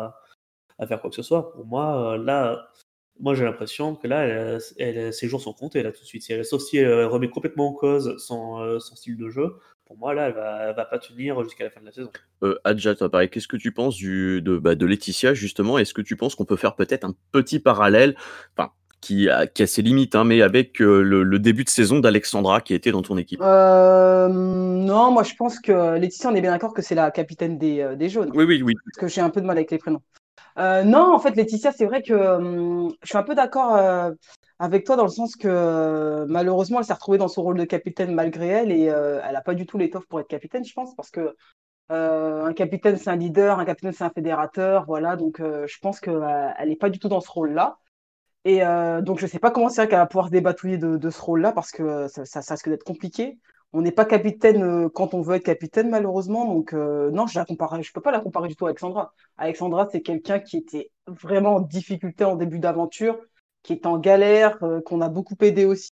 à faire quoi que ce soit. Pour moi, là, moi j'ai l'impression que là, ses jours sont comptés là tout de suite. Sauf si elle remet complètement en cause son style de jeu, pour moi là, elle va pas tenir jusqu'à la fin de la saison. Adja, toi, pareil, qu'est-ce que tu penses de Laetitia, justement? Est-ce que tu penses qu'on peut faire peut-être un petit parallèle, enfin, qui a ses limites, hein, mais avec le début de saison d'Alexandra qui était dans ton équipe? Non, moi je pense que Laetitia, on est bien d'accord que c'est la capitaine des jaunes. Oui, oui, oui. Parce que j'ai un peu de mal avec les prénoms. Non, en fait, Laetitia, c'est vrai que je suis un peu d'accord avec toi dans le sens que malheureusement, elle s'est retrouvée dans son rôle de capitaine malgré elle et elle n'a pas du tout l'étoffe pour être capitaine, je pense, parce que un capitaine, c'est un leader, un capitaine, c'est un fédérateur, voilà. Donc, je pense qu'elle n'est pas du tout dans ce rôle-là. Et donc, je ne sais pas comment c'est vrai qu'elle va pouvoir se débatouiller de ce rôle-là parce que ça risque d'être compliqué. On n'est pas capitaine quand on veut être capitaine, malheureusement. Donc, non, je peux pas la comparer du tout à Alexandra. Alexandra, c'est quelqu'un qui était vraiment en difficulté en début d'aventure, qui est en galère, qu'on a beaucoup aidé aussi,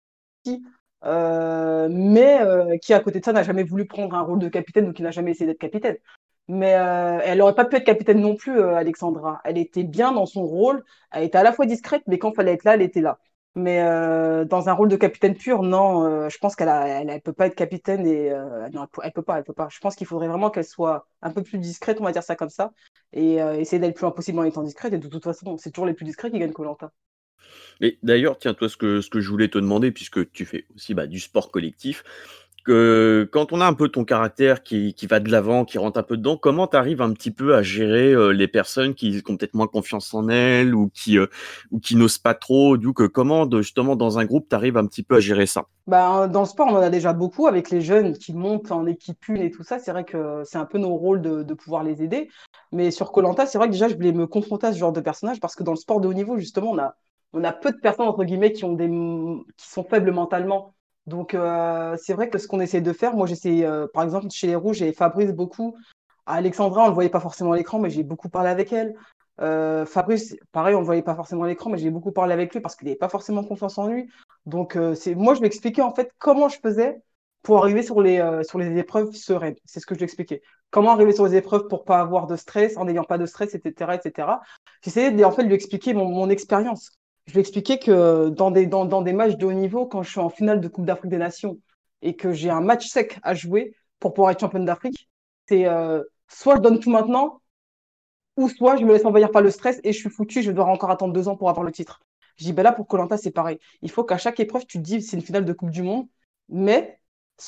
mais qui, à côté de ça, n'a jamais voulu prendre un rôle de capitaine ou qui n'a jamais essayé d'être capitaine. Mais elle n'aurait pas pu être capitaine non plus, Alexandra. Elle était bien dans son rôle. Elle était à la fois discrète, mais quand il fallait être là, elle était là. Mais dans un rôle de capitaine pur, non, je pense elle peut pas être capitaine et non, elle peut pas. Je pense qu'il faudrait vraiment qu'elle soit un peu plus discrète, on va dire ça comme ça, et essayer d'être le plus impossible en étant discrète. Et de toute façon, c'est toujours les plus discrets qui gagnent koh. Et d'ailleurs, tiens, toi, ce que je voulais te demander, puisque tu fais aussi du sport collectif, que quand on a un peu ton caractère qui va de l'avant, qui rentre un peu dedans, comment tu arrives un petit peu à gérer les personnes qui ont peut-être moins confiance en elles ou qui n'osent pas trop, du coup, justement dans un groupe, tu arrives un petit peu à gérer ça? Ben, dans le sport, on en a déjà beaucoup avec les jeunes qui montent en équipe une et tout ça. C'est vrai que c'est un peu nos rôles de pouvoir les aider. Mais sur koh c'est vrai que déjà, je voulais me confronter à ce genre de personnage parce que dans le sport de haut niveau, justement, on a peu de personnes, entre guillemets, qui sont faibles mentalement. Donc, c'est vrai que ce qu'on essaie de faire, moi, j'essaie, par exemple, chez les Rouges, j'ai Fabrice beaucoup. Alexandra, on ne le voyait pas forcément à l'écran, mais j'ai beaucoup parlé avec elle. Fabrice, pareil, on ne le voyait pas forcément à l'écran, mais j'ai beaucoup parlé avec lui parce qu'il n'avait pas forcément confiance en lui. Donc, moi, je lui expliquais en fait comment je faisais pour arriver sur les épreuves sereines. C'est ce que je lui expliquais. Comment arriver sur les épreuves pour pas avoir de stress, en n'ayant pas de stress, etc., etc. J'essayais en fait de lui expliquer mon expérience. Je lui expliquais que dans des matchs de haut niveau, quand je suis en finale de Coupe d'Afrique des Nations et que j'ai un match sec à jouer pour pouvoir être championne d'Afrique, c'est soit je donne tout maintenant, ou soit je me laisse envahir par le stress et je suis foutu, je vais devoir encore attendre 2 ans pour avoir le titre. Je dis, ben là, pour koh c'est pareil. Il faut qu'à chaque épreuve, tu te dis, c'est une finale de Coupe du Monde, mais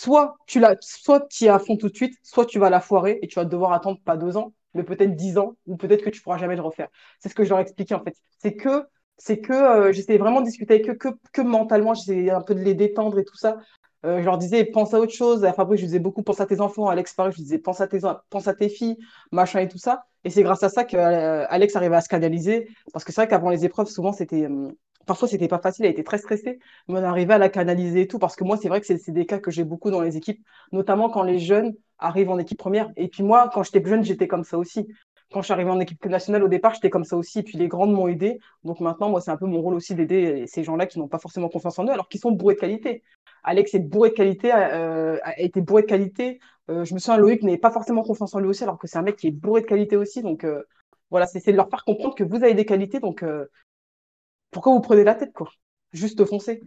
soit tu y es à fond tout de suite, soit tu vas la foirer et tu vas devoir attendre pas 2 ans, mais peut-être 10 ans, ou peut-être que tu pourras jamais le refaire. C'est ce que je leur expliquais en fait. C'est que j'essayais vraiment de discuter avec eux que mentalement, j'essayais un peu de les détendre et tout ça. Je leur disais, pense à autre chose. À Fabrice, je lui disais beaucoup, pense à tes enfants. À Alex, pareil, je lui disais, pense à tes filles, machin et tout ça. Et c'est grâce à ça que Alex arrivait à se canaliser. Parce que c'est vrai qu'avant les épreuves, souvent, parfois, c'était pas facile. Elle était très stressée. Mais on arrivait à la canaliser et tout. Parce que moi, c'est vrai que c'est des cas que j'ai beaucoup dans les équipes, notamment quand les jeunes arrivent en équipe première. Et puis moi, quand j'étais jeune, j'étais comme ça aussi. Quand je suis arrivée en équipe nationale, au départ, j'étais comme ça aussi. Et puis les grandes m'ont aidé. Donc maintenant, moi, c'est un peu mon rôle aussi d'aider ces gens-là qui n'ont pas forcément confiance en eux, alors qu'ils sont bourrés de qualité. Alex est bourré de qualité, a été bourré de qualité. Je me souviens, Loïc n'avait pas forcément confiance en lui aussi, alors que c'est un mec qui est bourré de qualité aussi. Donc, Voilà, c'est de leur faire comprendre que vous avez des qualités, donc pourquoi vous prenez la tête, quoi? Juste foncez.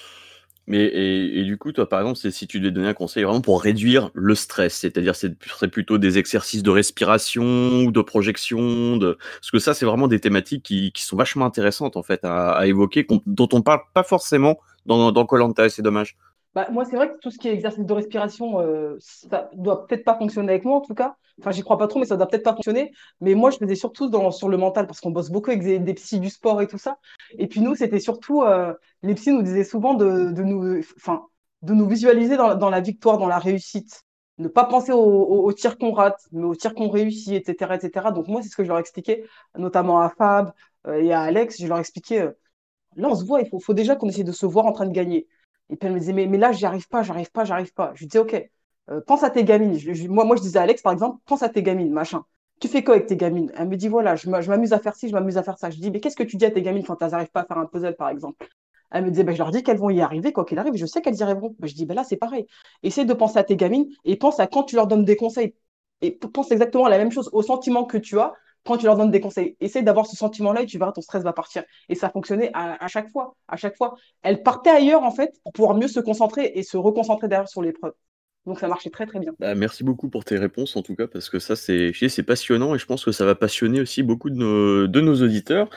Et du coup, toi, par exemple, si tu devais donner un conseil vraiment pour réduire le stress, c'est-à-dire ce serait plutôt des exercices de respiration ou de projection, parce que ça, c'est vraiment des thématiques qui sont vachement intéressantes en fait à évoquer, dont on parle pas forcément dans koh c'est dommage. Bah, moi, c'est vrai que tout ce qui est exercice de respiration, ça doit peut-être pas fonctionner avec moi, en tout cas. Enfin, j'y crois pas trop, mais ça doit peut-être pas fonctionner. Mais moi, je faisais surtout sur le mental, parce qu'on bosse beaucoup avec des psys du sport et tout ça. Et puis nous, c'était surtout, les psys nous disaient souvent enfin, de nous visualiser dans la victoire, dans la réussite. Ne pas penser aux tirs qu'on rate, mais aux tirs qu'on réussit, etc., etc. Donc moi, c'est ce que je leur expliquais, notamment à Fab et à Alex. Je leur expliquais, là, on se voit, faut déjà qu'on essaie de se voir en train de gagner. Et puis elle me disait, mais là, j'y arrive pas, j'arrive pas, j'arrive pas. Je lui disais, OK, pense à tes gamines. Moi, je disais à Alex, par exemple, pense à tes gamines, machin. Tu fais quoi avec tes gamines? Elle me dit, voilà, je m'amuse à faire ci, je m'amuse à faire ça. Je dis, mais qu'est-ce que tu dis à tes gamines quand elles n'arrivent pas à faire un puzzle, par exemple? Elle me disait, ben, je leur dis qu'elles vont y arriver, quoi qu'il arrive, je sais qu'elles y arriveront. Ben, je dis, ben là, c'est pareil. Essaye de penser à tes gamines et pense à quand tu leur donnes des conseils. Et pense exactement à la même chose, au sentiment que tu as quand tu leur donnes des conseils. Essaye d'avoir ce sentiment-là et tu verras, ton stress va partir. Et ça fonctionnait à chaque fois. À chaque fois. Elle partait ailleurs, en fait, pour pouvoir mieux se concentrer et se reconcentrer derrière sur l'épreuve. Donc ça marchait très, très bien. Bah, merci beaucoup pour tes réponses en tout cas, parce que ça, c'est passionnant et je pense que ça va passionner aussi beaucoup de nos auditeurs.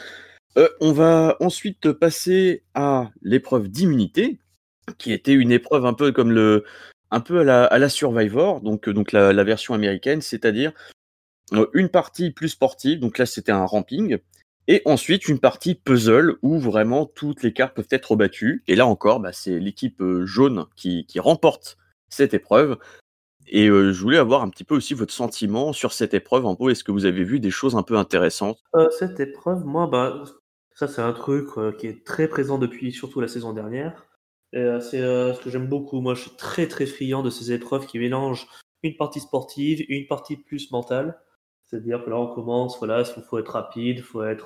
On va ensuite passer à l'épreuve d'immunité, qui était une épreuve un peu comme un peu à la Survivor, donc la version américaine, c'est-à-dire une partie plus sportive, donc là c'était un ramping, et ensuite une partie puzzle où vraiment toutes les cartes peuvent être rebattues. Et là encore, bah, c'est l'équipe jaune qui remporte cette épreuve. Et je voulais avoir un petit peu aussi votre sentiment sur cette épreuve. En gros, est-ce que vous avez vu des choses un peu intéressantes? Cette épreuve, moi, bah, ça c'est un truc qui est très présent depuis surtout la saison dernière. Et c'est ce que j'aime beaucoup. Moi, je suis très très friand de ces épreuves qui mélangent une partie sportive et une partie plus mentale. C'est-à-dire que là, on commence, voilà, il faut être rapide,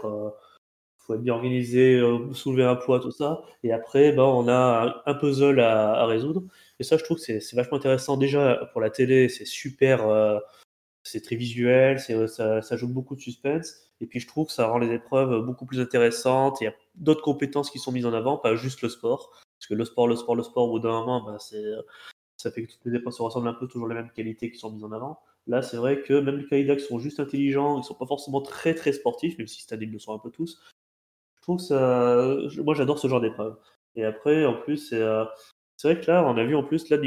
faut être bien organisé, soulever un poids, tout ça. Et après, ben, on a un puzzle à résoudre. Et ça, je trouve que c'est vachement intéressant. Déjà, pour la télé, c'est super, c'est très visuel, ça joue beaucoup de suspense. Et puis, je trouve que ça rend les épreuves beaucoup plus intéressantes. Il y a d'autres compétences qui sont mises en avant, pas juste le sport. Parce que le sport, au bout d'un moment, ben, ça fait que toutes les épreuves se ressemblent un peu, toujours les mêmes qualités qui sont mises en avant. Là, c'est vrai que même les candidats qui sont juste intelligents, ils sont pas forcément très très sportifs, même si cette année ils le sont un peu tous. Je trouve que moi j'adore ce genre d'épreuve. Et après, en plus, c'est vrai que là, on a vu en plus, là,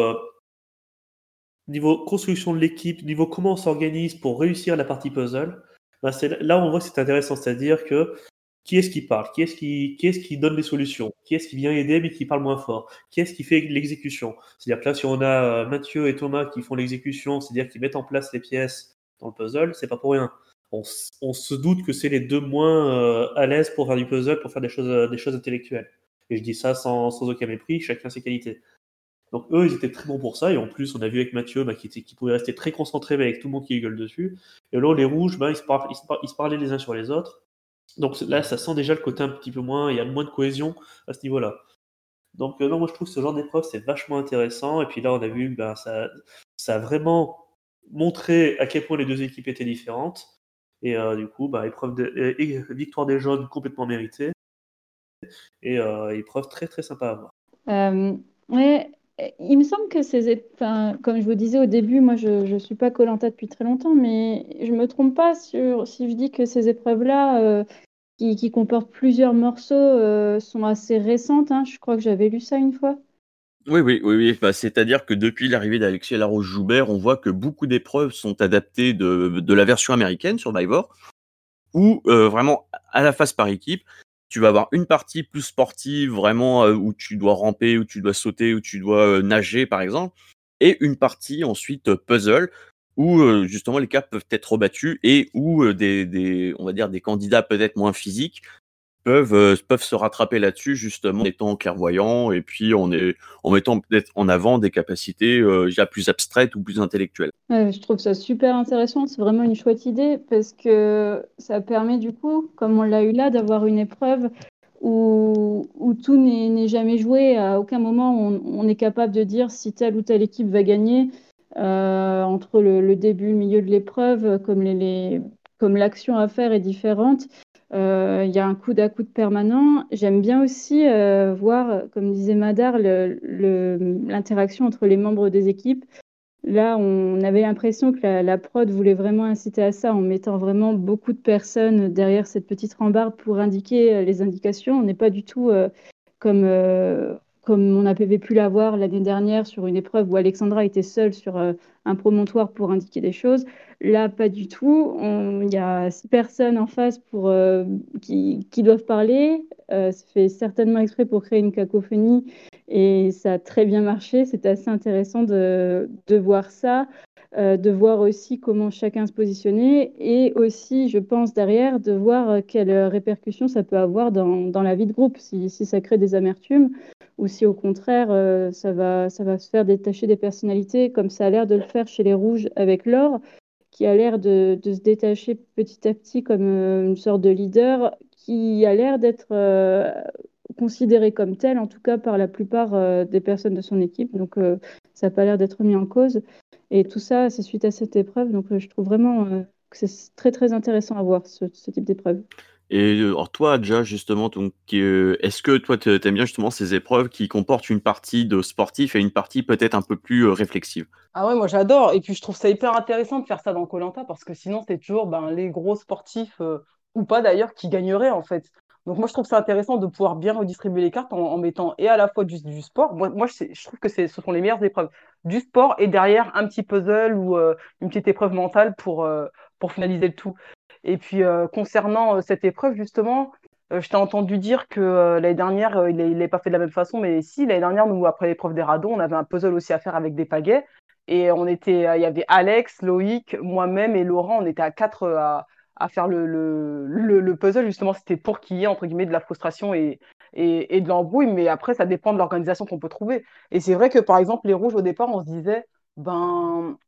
niveau construction de l'équipe, niveau comment on s'organise pour réussir la partie puzzle, bah, là, on voit que c'est intéressant. C'est-à-dire que qui est-ce qui parle? Qui est-ce qui donne des solutions? Qui est-ce qui vient aider mais qui parle moins fort? Qui est-ce qui fait l'exécution? C'est-à-dire que là, si on a Mathieu et Thomas qui font l'exécution, c'est-à-dire qui mettent en place les pièces dans le puzzle, c'est pas pour rien. On se doute que c'est les deux moins à l'aise pour faire du puzzle, pour faire des choses intellectuelles. Et je dis ça sans aucun mépris, chacun ses qualités. Donc eux, ils étaient très bons pour ça. Et en plus, on a vu avec Mathieu bah, qui pouvait rester très concentré mais avec tout le monde qui gueule dessus. Et là, les rouges, bah, ils se parlaient les uns sur les autres. Donc là, ça sent déjà le côté un petit peu moins, il y a moins de cohésion à ce niveau-là. Donc non, moi je trouve que ce genre d'épreuve, c'est vachement intéressant. Et puis là, on a vu, ben, ça a vraiment montré à quel point les deux équipes étaient différentes. Et du coup, bah, victoire des jaunes complètement méritée. Et épreuve très très sympa à voir. Euh, ouais, il me semble que enfin, comme je vous disais au début, moi je ne suis pas koh depuis très longtemps, mais je me trompe pas si je dis que ces épreuves-là, qui comportent plusieurs morceaux, sont assez récentes, hein. Je crois que j'avais lu ça une fois. Oui, oui, oui, oui. Bah, c'est-à-dire que depuis l'arrivée d'Alexis Laroche-Joubert, on voit que beaucoup d'épreuves sont adaptées de la version américaine Survivor, où vraiment à la phase par équipe, tu vas avoir une partie plus sportive, vraiment où tu dois ramper, où tu dois sauter, où tu dois nager par exemple, et une partie ensuite puzzle, où justement les cartes peuvent être rebattues et où on va dire des candidats peut-être moins physiques peuvent se rattraper là-dessus justement en étant clairvoyants et puis en mettant peut-être en avant des capacités déjà plus abstraites ou plus intellectuelles. Ouais, je trouve ça super intéressant, c'est vraiment une chouette idée parce que ça permet du coup, comme on l'a eu là, d'avoir une épreuve où tout n'est jamais joué. À aucun moment on est capable de dire si telle ou telle équipe va gagner entre le début, le milieu de l'épreuve, comme comme l'action à faire est différente, il y a un coude à coude permanent. J'aime bien aussi voir, comme disait Madar, l'interaction entre les membres des équipes. Là, on avait l'impression que la prod voulait vraiment inciter à ça en mettant vraiment beaucoup de personnes derrière cette petite rambarde pour indiquer les indications. On n'est pas du tout comme, comme on avait pu l'avoir l'année dernière sur une épreuve où Alexandra était seule sur un promontoire pour indiquer des choses. Là, pas du tout. Il y a 6 personnes en face qui doivent parler. C'est fait certainement exprès pour créer une cacophonie et ça a très bien marché. C'était assez intéressant de voir ça, de voir aussi comment chacun se positionnait et aussi, je pense, derrière, de voir quelles répercussions ça peut avoir dans la vie de groupe, si ça crée des amertumes ou si au contraire, ça va se faire détacher des personnalités, comme ça a l'air de le faire chez les Rouges avec Laure, qui a l'air de se détacher petit à petit comme une sorte de leader, qui a l'air d'être considéré comme tel, en tout cas par la plupart des personnes de son équipe. Donc, ça n'a pas l'air d'être mis en cause. Et tout ça, c'est suite à cette épreuve. Donc, je trouve vraiment que c'est très, très intéressant à voir ce type d'épreuve. Et alors toi, Adja, justement, donc, est-ce que toi, t'aimes bien justement ces épreuves qui comportent une partie de sportif et une partie peut-être un peu plus réflexive? Ah ouais, moi j'adore. Et puis je trouve ça hyper intéressant de faire ça dans koh parce que sinon c'est toujours les gros sportifs, ou pas d'ailleurs, qui gagneraient en fait. Donc moi je trouve ça intéressant de pouvoir bien redistribuer les cartes en mettant et à la fois du sport. Moi je trouve que ce sont les meilleures épreuves. Du sport et derrière un petit puzzle ou une petite épreuve mentale pour finaliser le tout. Et puis concernant cette épreuve justement, je t'ai entendu dire que l'année dernière, il n'est pas fait de la même façon, mais si, l'année dernière, nous, après l'épreuve des radeaux, on avait un puzzle aussi à faire avec des pagaies. Et il y avait Alex, Loïc, moi-même et Laurent, on était à quatre à faire le puzzle. Justement, c'était pour qu'il y ait, entre guillemets, de la frustration et de l'embrouille. Mais après, ça dépend de l'organisation qu'on peut trouver. Et c'est vrai que, par exemple, les rouges, au départ, on se disait, ben,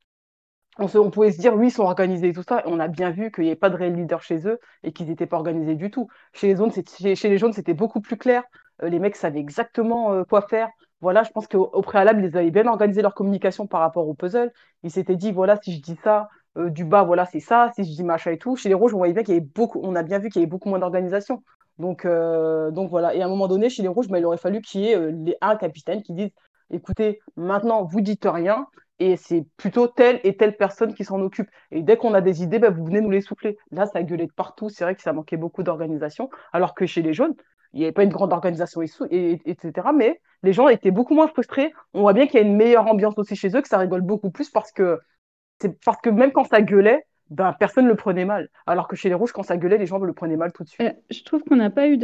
on pouvait se dire, oui, ils sont organisés et tout ça. Et on a bien vu qu'il n'y avait pas de réel leader chez eux et qu'ils n'étaient pas organisés du tout. Chez les jaunes, c'était beaucoup plus clair. Les mecs savaient exactement quoi faire. Voilà, je pense qu'au préalable, ils avaient bien organisé leur communication par rapport au puzzle. Ils s'étaient dit, voilà, si je dis ça, du bas, voilà, c'est ça. Si je dis machin et tout. Chez les rouges, on voyait bien qu'il y avait beaucoup, on a bien vu qu'il y avait beaucoup moins d'organisation. Donc voilà. Et à un moment donné, chez les rouges, il aurait fallu qu'il y ait un capitaine qui dise, écoutez, maintenant, vous dites rien et c'est plutôt telle et telle personne qui s'en occupe. Et dès qu'on a des idées, vous venez nous les souffler. Là, ça gueulait de partout. C'est vrai que ça manquait beaucoup d'organisation. Alors que chez les jaunes, il n'y avait pas une grande organisation, etc. Mais les gens étaient beaucoup moins frustrés. On voit bien qu'il y a une meilleure ambiance aussi chez eux, que ça rigole beaucoup plus parce que même quand ça gueulait, personne ne le prenait mal. Alors que chez les rouges, quand ça gueulait, les gens le prenaient mal tout de suite. Je trouve qu'on n'a pas eu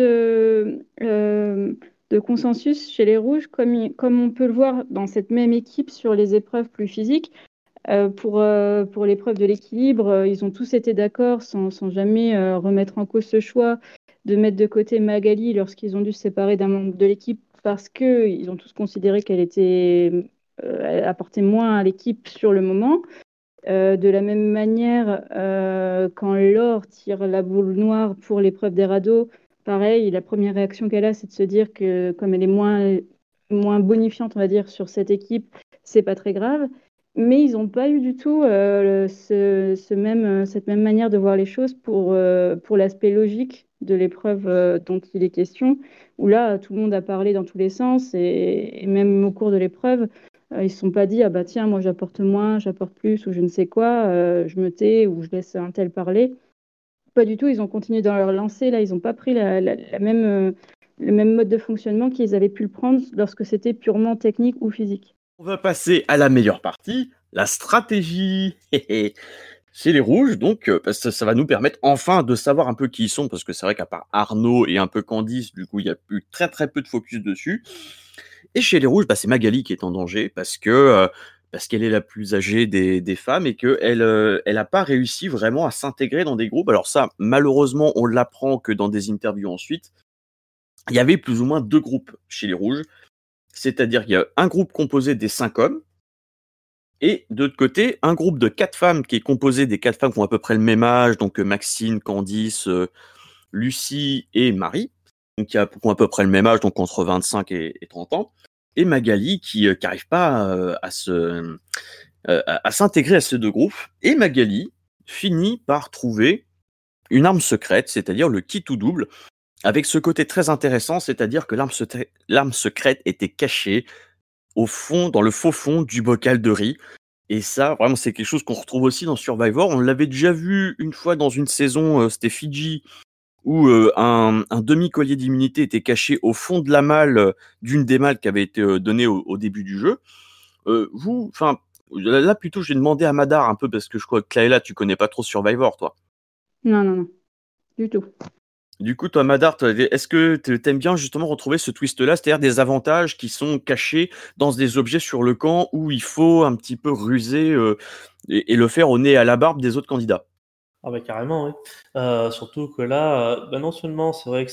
de consensus chez les Rouges, comme on peut le voir dans cette même équipe sur les épreuves plus physiques. Pour l'épreuve de l'équilibre, ils ont tous été d'accord sans jamais remettre en cause ce choix de mettre de côté Magali lorsqu'ils ont dû se séparer d'un membre de l'équipe parce qu'ils ont tous considéré elle apportait moins à l'équipe sur le moment. De la même manière, quand Laure tire la boule noire pour l'épreuve des radeaux, pareil, la première réaction qu'elle a, c'est de se dire que comme elle est moins bonifiante, on va dire, sur cette équipe, c'est pas très grave. Mais ils n'ont pas eu du tout cette même manière de voir les choses pour l'aspect logique de l'épreuve dont il est question, où là, tout le monde a parlé dans tous les sens et même au cours de l'épreuve, ils ne se sont pas dit, ah bah tiens, moi j'apporte moins, j'apporte plus, ou je ne sais quoi, je me tais ou je laisse un tel parler. Pas du tout, ils ont continué dans leur lancée. Là, ils n'ont pas pris le même mode de fonctionnement qu'ils avaient pu le prendre lorsque c'était purement technique ou physique. On va passer à la meilleure partie, la stratégie. Chez les rouges, donc, parce que ça va nous permettre enfin de savoir un peu qui ils sont, parce que c'est vrai qu'à part Arnaud et un peu Candice, du coup, il y a eu très très peu de focus dessus. Et chez les rouges, c'est Magali qui est en danger, parce qu'elle est la plus âgée des femmes et qu'elle elle a pas réussi vraiment à s'intégrer dans des groupes. Alors ça, malheureusement, on l'apprend que dans des interviews ensuite. Il y avait plus ou moins 2 groupes chez les rouges. C'est-à-dire qu'il y a un groupe composé des 5 hommes et de l'autre côté, un groupe de 4 femmes qui est composé des 4 femmes qui ont à peu près le même âge, donc Maxine, Candice, Lucie et Marie, donc qui ont à peu près le même âge, donc entre 25 et 30 ans, et Magali qui n'arrive pas à s'intégrer à ces 2 groupes. Et Magali finit par trouver une arme secrète, c'est-à-dire le kit tout double, avec ce côté très intéressant, c'est-à-dire que l'arme secrète était cachée au fond, dans le faux fond du bocal de riz. Et ça, vraiment, c'est quelque chose qu'on retrouve aussi dans Survivor. On l'avait déjà vu une fois dans une saison, c'était Fidji, où un demi-collier d'immunité était caché au fond de la malle, d'une des malles qui avait été donnée au début du jeu. Là plutôt, j'ai demandé à Madar un peu, parce que je crois que Klaela, tu connais pas trop Survivor, toi. Non, du tout. Du coup, toi, Madar, est-ce que t'aimes bien justement retrouver ce twist-là, c'est-à-dire des avantages qui sont cachés dans des objets sur le camp où il faut un petit peu ruser et le faire au nez et à la barbe des autres candidats? Ah bah carrément, oui. Surtout que là, non seulement c'est vrai que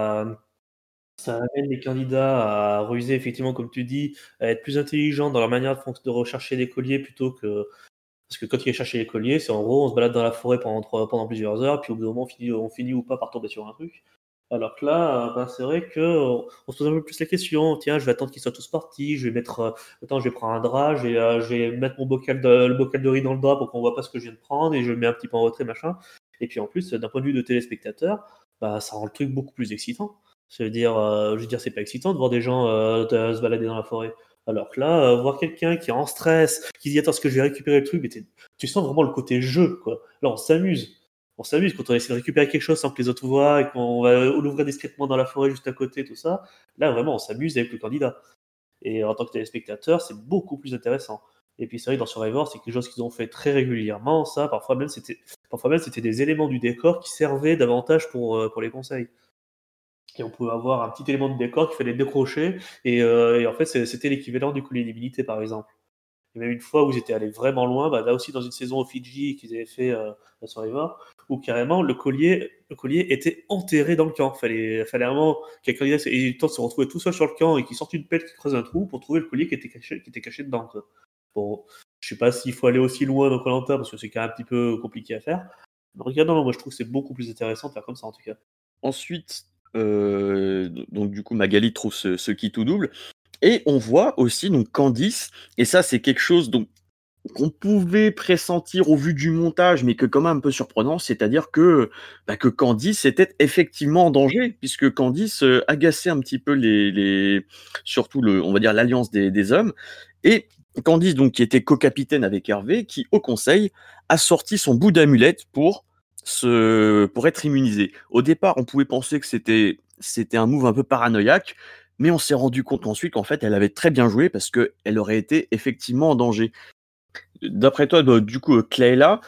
ça amène les candidats à ruser, effectivement, comme tu dis, à être plus intelligents dans leur manière de rechercher des colliers plutôt que. Parce que quand ils cherchent les colliers, c'est en gros, on se balade dans la forêt pendant plusieurs heures, puis au bout d'un moment, on finit ou pas par tomber sur un truc. Alors que là, c'est vrai que on se pose un peu plus la question. Tiens, je vais attendre qu'ils soient tous partis. Je vais mettre. Attends, je vais prendre un drap. Je vais mettre le bocal de riz dans le drap pour qu'on voit pas ce que je viens de prendre et je le mets un petit peu en retrait, machin. Et puis en plus, d'un point de vue de téléspectateur, ça rend le truc beaucoup plus excitant. Je veux dire, c'est pas excitant de voir des gens se balader dans la forêt. Alors que là, voir quelqu'un qui est en stress, qui se dit attends, est-ce que je vais récupérer le truc, mais tu sens vraiment le côté jeu, quoi. Là, on s'amuse. On s'amuse quand on essaie de récupérer quelque chose sans que les autres voient et qu'on va l'ouvrir discrètement dans la forêt juste à côté, tout ça. Là, vraiment, on s'amuse avec le candidat. Et en tant que téléspectateur, c'est beaucoup plus intéressant. Et puis c'est vrai que dans Survivor, c'est quelque chose qu'ils ont fait très régulièrement, ça. Parfois même, c'était des éléments du décor qui servaient davantage pour les conseils. Et on pouvait avoir un petit élément de décor qu'il fallait décrocher. Et en fait, c'était l'équivalent du collier d'immunité, par exemple. Et même une fois où ils étaient allés vraiment loin, là aussi dans une saison au Fidji qu'ils avaient fait à Survivor, où carrément le collier était enterré dans le camp. Fallait vraiment qu'un candidat ait le temps de se retrouver tout seul sur le camp et qu'il sorte une pelle qui creuse un trou pour trouver le collier qui était caché dedans, quoi. Bon, je sais pas s'il faut aller aussi loin dans Koh-Lanta parce que c'est quand même un petit peu compliqué à faire. Mais regarde, non, moi je trouve que c'est beaucoup plus intéressant de faire comme ça en tout cas. Ensuite, donc du coup, Magali trouve ce kit tout double. Et on voit aussi donc Candice, et ça c'est quelque chose donc qu'on pouvait pressentir au vu du montage, mais que quand même un peu surprenant, c'est-à-dire que Candice était effectivement en danger, puisque Candice agaçait un petit peu surtout on va dire l'alliance des hommes, et Candice donc qui était co-capitaine avec Hervé, qui au conseil a sorti son bout d'amulette pour être immunisée. Au départ, on pouvait penser que c'était un move un peu paranoïaque, mais on s'est rendu compte ensuite qu'en fait, elle avait très bien joué parce qu'elle aurait été effectivement en danger. D'après toi, du coup, Clayla,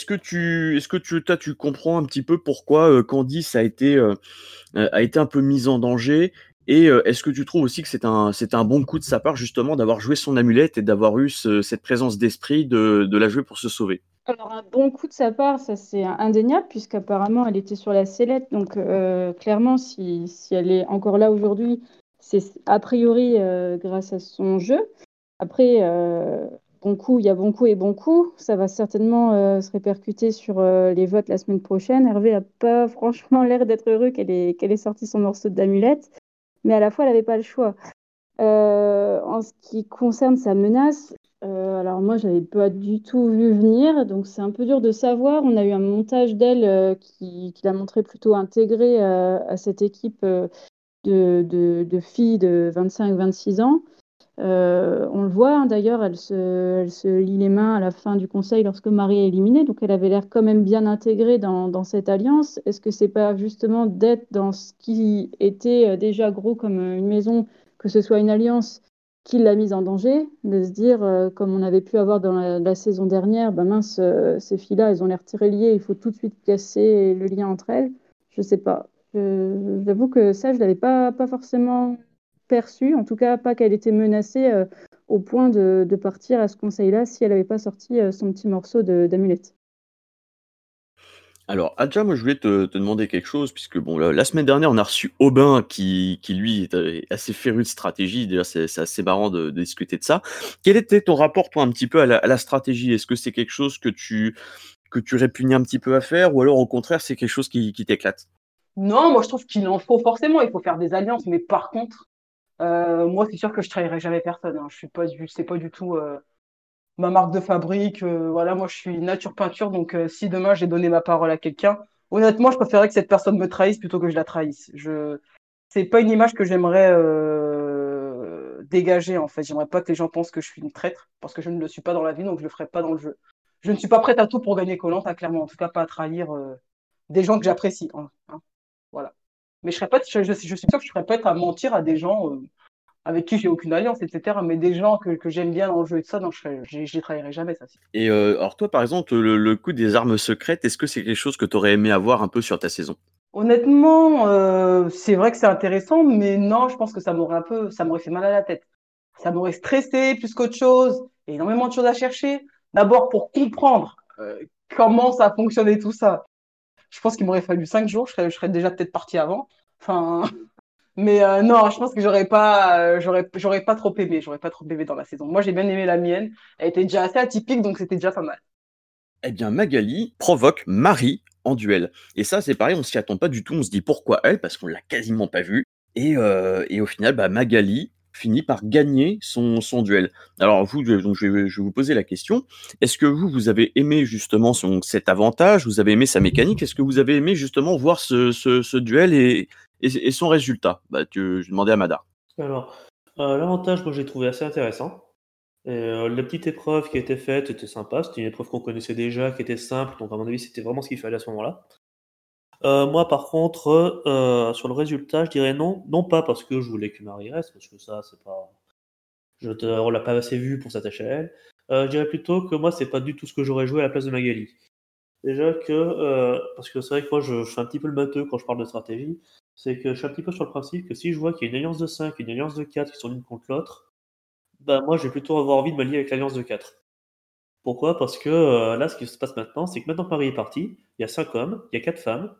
tu comprends un petit peu pourquoi Candice a été un peu mise en danger? Et est-ce que tu trouves aussi que c'est un bon coup de sa part justement d'avoir joué son amulette et d'avoir eu cette présence d'esprit de la jouer pour se sauver? Alors, un bon coup de sa part, ça c'est indéniable, puisqu'apparemment elle était sur la sellette. Donc, clairement, si elle est encore là aujourd'hui, c'est a priori grâce à son jeu. Après, bon coup, il y a bon coup et bon coup. Ça va certainement se répercuter sur les votes la semaine prochaine. Hervé n'a pas franchement l'air d'être heureux qu'elle ait sorti son morceau d'amulette, mais à la fois, elle n'avait pas le choix. En ce qui concerne sa menace, alors moi, je n'avais pas du tout vu venir, donc c'est un peu dur de savoir. On a eu un montage d'elle qui l'a montré plutôt intégrée à cette équipe de filles de 25-26 ans. On le voit, hein, d'ailleurs, elle se lie les mains à la fin du conseil lorsque Marie est éliminée, donc elle avait l'air quand même bien intégrée dans cette alliance. Est-ce que c'est pas justement d'être dans ce qui était déjà gros comme une maison, que ce soit une alliance qui l'a mise en danger, de se dire, comme on avait pu avoir dans la saison dernière, ben mince, ces filles-là, elles ont l'air tirées liées, il faut tout de suite casser le lien entre elles. Je sais pas. J'avoue que ça, je l'avais pas forcément perçue, en tout cas pas qu'elle était menacée au point de partir à ce conseil-là si elle n'avait pas sorti son petit morceau d'amulette. Alors, Adja, moi je voulais te demander quelque chose, puisque bon, la semaine dernière, on a reçu Aubin qui lui est assez féru de stratégie. D'ailleurs, c'est assez marrant de discuter de ça. Quel était ton rapport, toi, un petit peu à la stratégie? Est-ce que c'est quelque chose que tu répugnais un petit peu à faire, ou alors au contraire, c'est quelque chose qui t'éclate? Non, moi je trouve qu'il en faut forcément, il faut faire des alliances, mais par contre, moi c'est sûr que je trahirai jamais personne, hein. Je suis pas c'est pas du tout ma marque de fabrique. Voilà, moi je suis nature peinture, donc si demain j'ai donné ma parole à quelqu'un, honnêtement, je préférerais que cette personne me trahisse plutôt que je la trahisse. C'est pas une image que j'aimerais dégager, en fait. J'aimerais pas que les gens pensent que je suis une traître, parce que je ne le suis pas dans la vie, donc je le ferai pas dans le jeu. Je ne suis pas prête à tout pour gagner koh clairement. En tout cas, pas à trahir des gens que j'apprécie, hein. Voilà. Mais je suis sûr que je serais prête à mentir à des gens avec qui j'ai aucune alliance, etc. Mais des gens que j'aime bien dans le jeu et tout ça, non, je les trahirai jamais, ça. Et alors toi, par exemple, le coup des armes secrètes, est-ce que c'est quelque chose que tu aurais aimé avoir un peu sur ta saison? Honnêtement, c'est vrai que c'est intéressant, mais non, je pense que ça m'aurait fait mal à la tête. Ça m'aurait stressé plus qu'autre chose. Il y a énormément de choses à chercher. D'abord, pour comprendre comment ça fonctionnait tout ça. Je pense qu'il m'aurait fallu 5 jours. Je serais déjà peut-être parti avant. Enfin, mais non, je pense que j'aurais pas trop aimé. J'aurais pas trop aimé dans la saison. Moi, j'ai bien aimé la mienne. Elle était déjà assez atypique, donc c'était déjà pas mal. Eh bien, Magali provoque Marie en duel. Et ça, c'est pareil, on s'y attend pas du tout. On se dit pourquoi elle, parce qu'on l'a quasiment pas vue. Et au final, bah, Magali finit par gagner son duel. Alors vous, donc je vais vous poser la question. Est-ce que vous avez aimé justement cet avantage? Vous avez aimé sa mécanique? Est-ce que vous avez aimé justement voir ce duel et son résultat? Je demandais à Madar. Alors, l'avantage, moi, j'ai trouvé assez intéressant. Et la petite épreuve qui a été faite était sympa. C'était une épreuve qu'on connaissait déjà, qui était simple. Donc, à mon avis, c'était vraiment ce qu'il fallait à ce moment-là. Moi, par contre, sur le résultat, je dirais non. Non pas parce que je voulais que Marie reste, parce que ça, c'est pas. On l'a pas assez vu pour s'attacher à elle. Je dirais plutôt que moi, c'est pas du tout ce que j'aurais joué à la place de Magali. Déjà que, parce que c'est vrai que moi, je suis un petit peu le matheux quand je parle de stratégie. C'est que je suis un petit peu sur le principe que si je vois qu'il y a une alliance de 5 et une alliance de 4 qui sont l'une contre l'autre, bah moi, je vais plutôt avoir envie de m'allier avec l'alliance de 4. Pourquoi? Parce que là, ce qui se passe maintenant, c'est que maintenant que Marie est partie, il y a 5 hommes, il y a 4 femmes,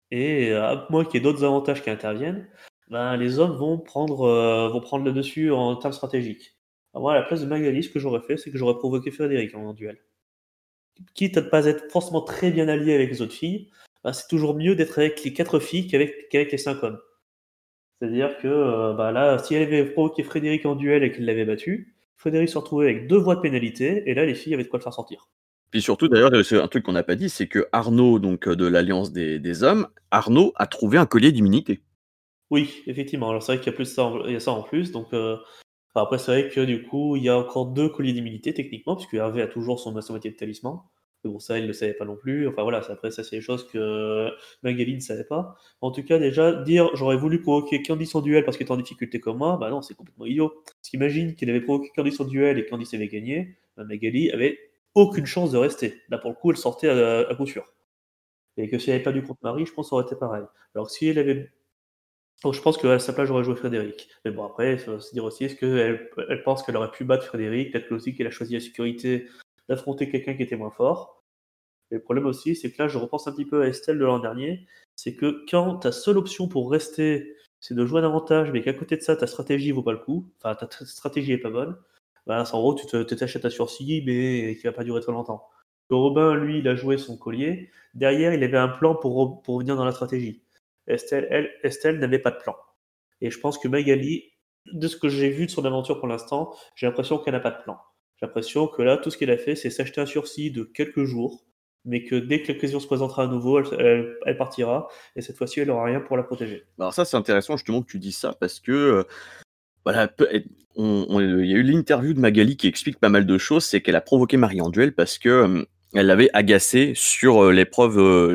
et à moins qu'il y ait d'autres avantages qui interviennent, ben, les hommes vont prendre le dessus en termes stratégiques. Alors moi, à la place de Magali, ce que j'aurais fait, c'est que j'aurais provoqué Frédéric en duel. Quitte à ne pas être forcément très bien allié avec les autres filles, ben, c'est toujours mieux d'être avec les 4 filles qu'avec les 5 hommes. C'est-à-dire que bah là, si elle avait provoqué Frédéric en duel et qu'il l'avait battu, Frédéric se retrouvait avec 2 voix de pénalité, et là, les filles avaient de quoi le faire sortir. Puis surtout, d'ailleurs, c'est un truc qu'on n'a pas dit, c'est que Arnaud, donc de l'Alliance des hommes, Arnaud a trouvé un collier d'immunité. Oui, effectivement. Alors c'est vrai qu'il y a il y a ça en plus. Donc après, c'est vrai que du coup, il y a encore 2 colliers d'immunité techniquement, puisque Hervé a toujours sa moitié de talisman. Mais bon, ça, il ne le savait pas non plus. Enfin voilà, après, ça, c'est des choses que Magali ne savait pas. En tout cas, déjà, dire j'aurais voulu provoquer Candice en duel parce qu'il était en difficulté comme moi, bah non, c'est complètement idiot. Parce qu'imagine qu'il avait provoqué Candice en duel et Candice avait gagné, bah, Magali avait aucune chance de rester. Là, pour le coup, elle sortait à coup sûr. Et que si elle avait perdu contre Marie, je pense que ça aurait été pareil. Alors que si elle avait. Oh, je pense qu'à sa place, j'aurais joué Frédéric. Mais bon, après, il faut se dire aussi, est-ce qu'elle pense qu'elle aurait pu battre Frédéric? Peut-être aussi qu'elle a choisi la sécurité d'affronter quelqu'un qui était moins fort. Et le problème aussi, c'est que là, je repense un petit peu à Estelle de l'an dernier, c'est que quand ta seule option pour rester, c'est de jouer un avantage, mais qu'à côté de ça, ta stratégie vaut pas le coup, enfin, ta stratégie est pas bonne, bah, en gros, tu t'achètes un sursis, mais qui va pas durer très longtemps. Que Robin, lui, il a joué son collier. Derrière, il avait un plan pour revenir dans la stratégie. Estelle n'avait pas de plan. Et je pense que Magali, de ce que j'ai vu de son aventure pour l'instant, j'ai l'impression qu'elle n'a pas de plan. J'ai l'impression que là, tout ce qu'elle a fait, c'est s'acheter un sursis de quelques jours, mais que dès que l'occasion se présentera à nouveau, elle partira, et cette fois-ci, elle n'aura rien pour la protéger. Alors ça, c'est intéressant justement que tu dis ça, parce que voilà, il y a eu l'interview de Magali qui explique pas mal de choses, c'est qu'elle a provoqué Marie en duel parce que elle l'avait agacée sur l'épreuve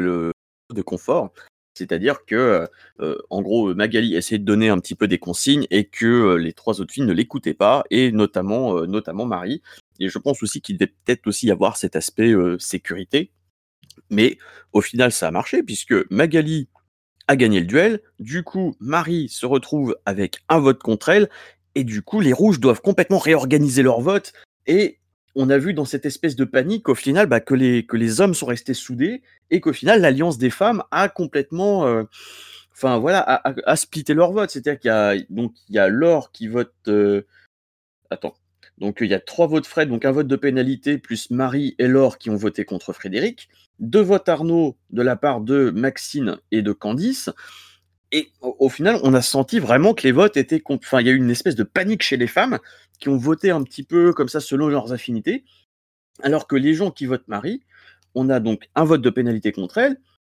de confort. C'est-à-dire que, en gros, Magali essayait de donner un petit peu des consignes et que les 3 autres filles ne l'écoutaient pas, et notamment Marie. Et je pense aussi qu'il devait peut-être aussi y avoir cet aspect sécurité. Mais au final, ça a marché puisque Magali a gagné le duel. Du coup, Marie se retrouve avec un vote contre elle. Et du coup, les rouges doivent complètement réorganiser leur vote. Et on a vu dans cette espèce de panique qu'au final, que les hommes sont restés soudés et qu'au final, l'alliance des femmes a complètement, enfin voilà, a splitté leur vote. C'est-à-dire qu'il y a Laure qui vote. Attends. Donc il y a 3 votes Fred, donc un vote de pénalité, plus Marie et Laure qui ont voté contre Frédéric. 2 votes Arnaud de la part de Maxine et de Candice. Et au final, on a senti vraiment que les votes étaient. Enfin, il y a eu une espèce de panique chez les femmes qui ont voté un petit peu comme ça selon leurs affinités. Alors que les gens qui votent Marie, on a donc un vote de pénalité contre elle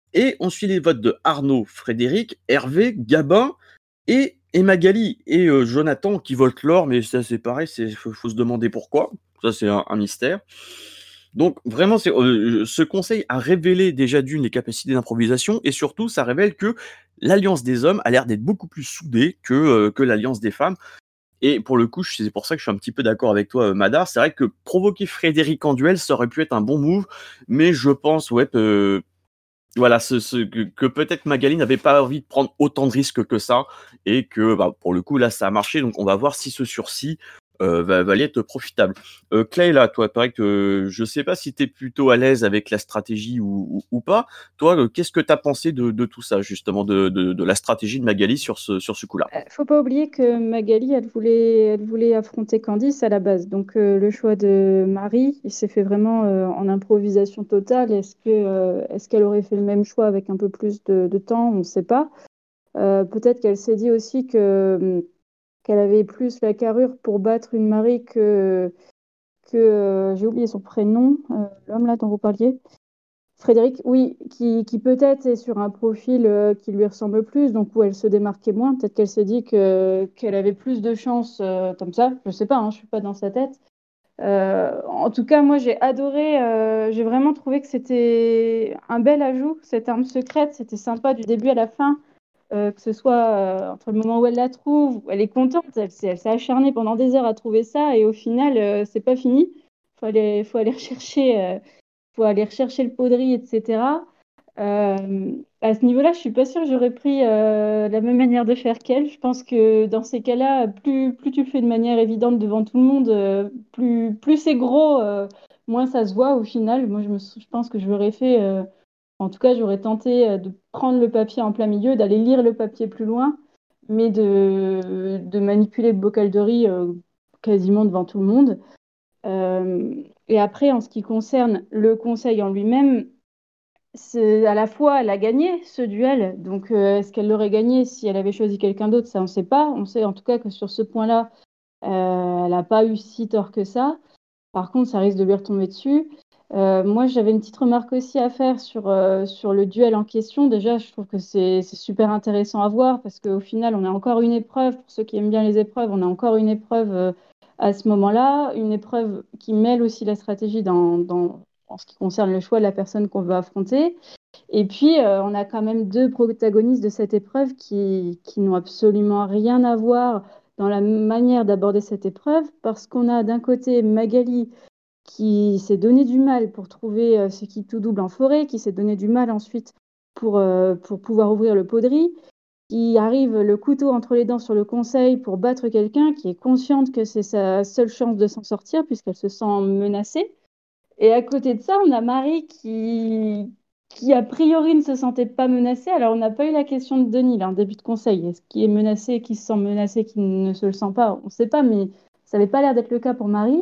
Et on suit les votes de Arnaud, Frédéric, Hervé, Gabin et Magali. Et Jonathan qui vote Laure, mais ça c'est pareil, faut se demander pourquoi. Ça c'est un mystère. Donc vraiment, ce conseil a révélé déjà d'une les capacités d'improvisation et surtout ça révèle que l'alliance des hommes a l'air d'être beaucoup plus soudée que l'alliance des femmes. Et pour le coup, c'est pour ça que je suis un petit peu d'accord avec toi, Madar. C'est vrai que provoquer Frédéric en duel, ça aurait pu être un bon move, mais je pense voilà, que peut-être Magali n'avait pas envie de prendre autant de risques que ça et que pour le coup là ça a marché, donc on va voir si ce sursis va être profitable. Clay, là, toi, pareil que je sais pas si tu es plutôt à l'aise avec la stratégie ou pas. Toi, qu'est-ce que tu as pensé de tout ça, justement, de la stratégie de Magali sur ce coup-là? Faut pas oublier que Magali, elle voulait affronter Candice à la base. Donc le choix de Marie, il s'est fait vraiment en improvisation totale. Est-ce qu'elle aurait fait le même choix avec un peu plus de temps? On ne sait pas. Peut-être qu'elle s'est dit aussi qu'elle avait plus la carrure pour battre une Marie que j'ai oublié son prénom, l'homme là dont vous parliez. Frédéric, oui, qui peut-être est sur un profil qui lui ressemble plus, donc où elle se démarquait moins. Peut-être qu'elle s'est dit qu'elle avait plus de chances comme ça. Je sais pas, hein, je suis pas dans sa tête. En tout cas, moi, j'ai adoré. J'ai vraiment trouvé que c'était un bel ajout, cette arme secrète. C'était sympa du début à la fin, que ce soit entre le moment où elle la trouve, où elle est contente. Elle s'est acharnée pendant des heures à trouver ça, et au final, c'est pas fini. Faut aller rechercher le poterie, etc. À ce niveau-là, je suis pas sûre que j'aurais pris la même manière de faire qu'elle. Je pense que dans ces cas-là, plus tu le fais de manière évidente devant tout le monde, plus c'est gros, moins ça se voit au final. Moi, je pense que je l'aurais fait, en tout cas, j'aurais tenté de prendre le papier en plein milieu, d'aller lire le papier plus loin, mais de manipuler le bocal de riz quasiment devant tout le monde. Et après, en ce qui concerne le conseil en lui-même, à la fois, elle a gagné ce duel. Donc, est-ce qu'elle l'aurait gagné si elle avait choisi quelqu'un d'autre? Ça, on ne sait pas. On sait en tout cas que sur ce point-là, elle n'a pas eu si tort que ça. Par contre, ça risque de lui retomber dessus. Moi, j'avais une petite remarque aussi à faire sur le duel en question. Déjà, je trouve que c'est super intéressant à voir parce qu'au final, on a encore une épreuve. Pour ceux qui aiment bien les épreuves, on a encore une épreuve à ce moment-là. Une épreuve qui mêle aussi la stratégie en ce qui concerne le choix de la personne qu'on veut affronter. Et puis, on a quand même deux protagonistes de cette épreuve qui n'ont absolument rien à voir dans la manière d'aborder cette épreuve, parce qu'on a d'un côté Magali qui s'est donné du mal pour trouver ce qui tout double en forêt, qui s'est donné du mal ensuite pour pouvoir ouvrir le pot de riz, qui arrive le couteau entre les dents sur le conseil pour battre quelqu'un, qui est consciente que c'est sa seule chance de s'en sortir puisqu'elle se sent menacée. Et à côté de ça, on a Marie qui a priori ne se sentait pas menacée. Alors, on n'a pas eu la question de Denis, là, en début de conseil. Est-ce qui est menacé, qui se sent menacé, qui ne se le sent pas? On ne sait pas, mais ça n'avait pas l'air d'être le cas pour Marie.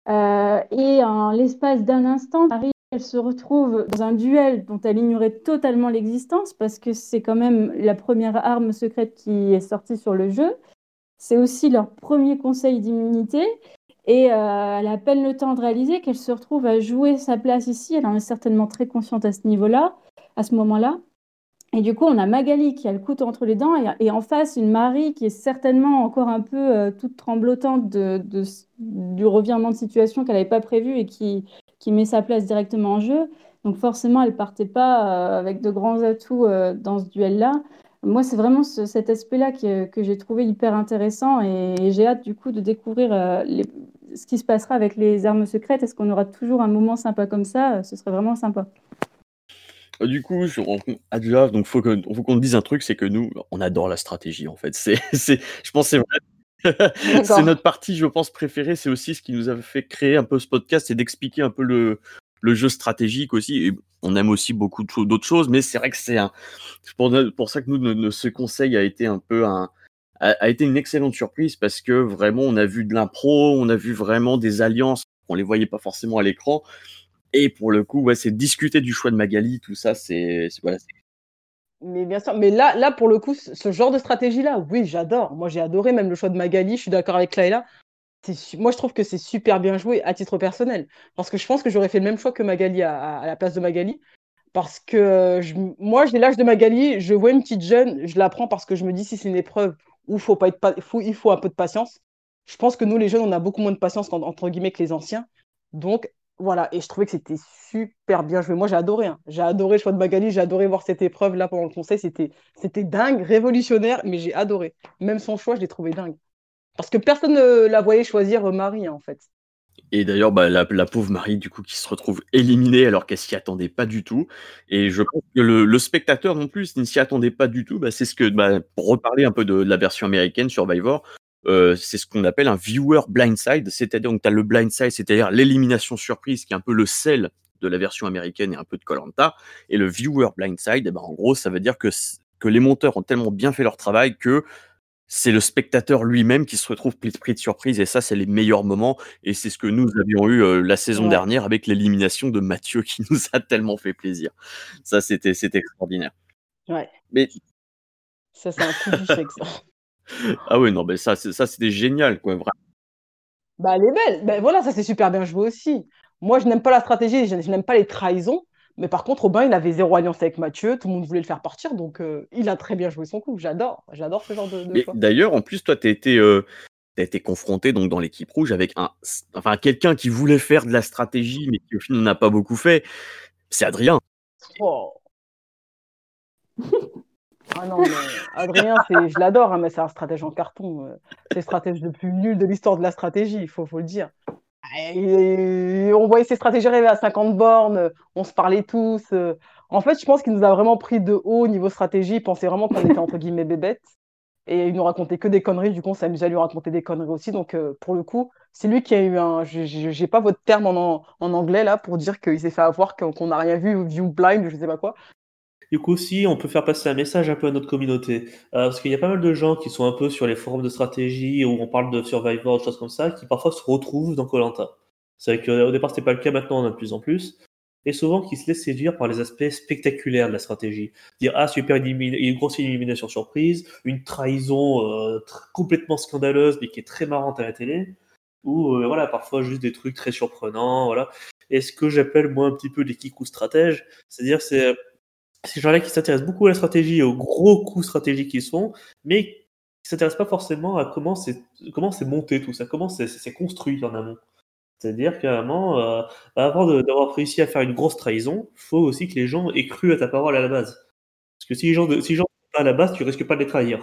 Et en l'espace d'un instant, Marie, elle se retrouve dans un duel dont elle ignorait totalement l'existence parce que c'est quand même la première arme secrète qui est sortie sur le jeu. C'est aussi leur premier conseil d'immunité. Et elle a à peine le temps de réaliser qu'elle se retrouve à jouer sa place ici. Elle en est certainement très consciente à ce niveau-là, à ce moment-là. Et du coup, on a Magali qui a le couteau entre les dents et en face, une Marie qui est certainement encore un peu toute tremblotante du revirement de situation qu'elle n'avait pas prévu et qui met sa place directement en jeu. Donc forcément, elle partait pas avec de grands atouts dans ce duel-là. Moi, c'est vraiment cet aspect-là que j'ai trouvé hyper intéressant et j'ai hâte du coup de découvrir ce qui se passera avec les armes secrètes. Est-ce qu'on aura toujours un moment sympa comme ça? Ce serait vraiment sympa. Du coup, déjà, donc faut qu'on te dise un truc, c'est que nous, on adore la stratégie en fait. Je pense, c'est vrai. C'est notre partie, je pense, préférée. C'est aussi ce qui nous a fait créer un peu ce podcast, c'est d'expliquer un peu le jeu stratégique aussi. Et on aime aussi beaucoup d'autres choses, mais c'est vrai que c'est pour ça que nous, ce conseil a été un peu a été une excellente surprise parce que vraiment, on a vu de l'impro, on a vu vraiment des alliances qu'on les voyait pas forcément à l'écran. Et pour le coup, ouais, c'est discuter du choix de Magali, tout ça, voilà. Mais bien sûr, mais là pour le coup, ce genre de stratégie-là, oui, j'adore. Moi, j'ai adoré même le choix de Magali. Je suis d'accord avec Laila. Moi, je trouve que c'est super bien joué à titre personnel. Parce que je pense que j'aurais fait le même choix que Magali à la place de Magali. Parce que moi, j'ai l'âge de Magali, je vois une petite jeune, je la prends parce que je me dis si c'est une épreuve où il faut un peu de patience. Je pense que nous, les jeunes, on a beaucoup moins de patience entre guillemets que les anciens. Donc voilà, et je trouvais que c'était super bien joué. Moi, j'ai adoré, hein. J'ai adoré le choix de Magali, j'ai adoré voir cette épreuve là pendant le conseil. C'était dingue, révolutionnaire, mais j'ai adoré. Même son choix, je l'ai trouvé dingue. Parce que personne ne la voyait choisir Marie, hein, en fait. Et d'ailleurs, bah, la pauvre Marie, du coup, qui se retrouve éliminée alors qu'elle s'y attendait pas du tout. Et je pense que le spectateur non plus ne s'y attendait pas du tout. Bah, c'est ce que, bah, pour reparler un peu de la version américaine Survivor, c'est ce qu'on appelle un viewer blindside, c'est-à-dire que tu as le blindside, c'est-à-dire l'élimination surprise, qui est un peu le sel de la version américaine et un peu de koh. Et le viewer blindside, eh ben, en gros, ça veut dire que les monteurs ont tellement bien fait leur travail que c'est le spectateur lui-même qui se retrouve pris de surprise, et ça, c'est les meilleurs moments. Et c'est ce que nous avions eu la saison Ouais, dernière avec l'élimination de Mathieu qui nous a tellement fait plaisir. Ça, c'était extraordinaire. ouais. Mais Ça, c'est un coup du siècle, ça. ah ouais, non, mais ça, c'était génial, quoi. Vraiment. Bah, elle est belle. Ben voilà, ça c'est super bien joué aussi. Moi, je n'aime pas la stratégie, je n'aime pas les trahisons. Mais par contre, Aubin, il avait zéro alliance avec Mathieu, tout le monde voulait le faire partir, donc il a très bien joué son coup. J'adore ce genre de Mais choix. d'ailleurs, en plus, toi, t'as été confronté donc dans l'équipe rouge avec enfin, quelqu'un qui voulait faire de la stratégie, mais qui au final n'a pas beaucoup fait. C'est Adrien. Oh. Ah non, mais Adrien, je l'adore, hein, mais c'est un stratège en carton. C'est le stratège le plus nul de l'histoire de la stratégie, faut le dire. Et on voyait ses stratégies arriver à 50 bornes, on se parlait tous. En fait, je pense qu'il nous a vraiment pris de haut au niveau stratégie. Il pensait vraiment qu'on était entre guillemets bébêtes. Et il nous racontait que des conneries. Du coup, on s'amusait à lui raconter des conneries aussi. Donc, pour le coup, c'est lui qui a eu un. J'ai pas votre terme en anglais là pour dire qu'il s'est fait avoir, qu'on n'a rien vu, view blind, je sais pas quoi. Du coup, si on peut faire passer un message un peu à notre communauté, parce qu'il y a pas mal de gens qui sont un peu sur les forums de stratégie où on parle de Survivor, des choses comme ça, qui parfois se retrouvent dans koh. C'est vrai qu'au départ, c'était pas le cas, maintenant on en a de plus en plus. Et souvent qui se laissent séduire par les aspects spectaculaires de la stratégie. Dire, ah, super, une grosse élimination surprise, une trahison complètement scandaleuse, mais qui est très marrante à la télé, ou voilà, parfois juste des trucs très surprenants, voilà. Et ce que j'appelle, moi, un petit peu les kikou stratèges, c'est-à-dire, c'est ces gens-là qui s'intéressent beaucoup à la stratégie et aux gros coups stratégiques qu'ils font, mais qui s'intéressent pas forcément à comment c'est monté tout ça, comment c'est construit en amont. C'est-à-dire qu'à un moment, d'avoir réussi à faire une grosse trahison, faut aussi que les gens aient cru à ta parole à la base. Parce que si les gens ne pas à la base, tu risques pas de les trahir.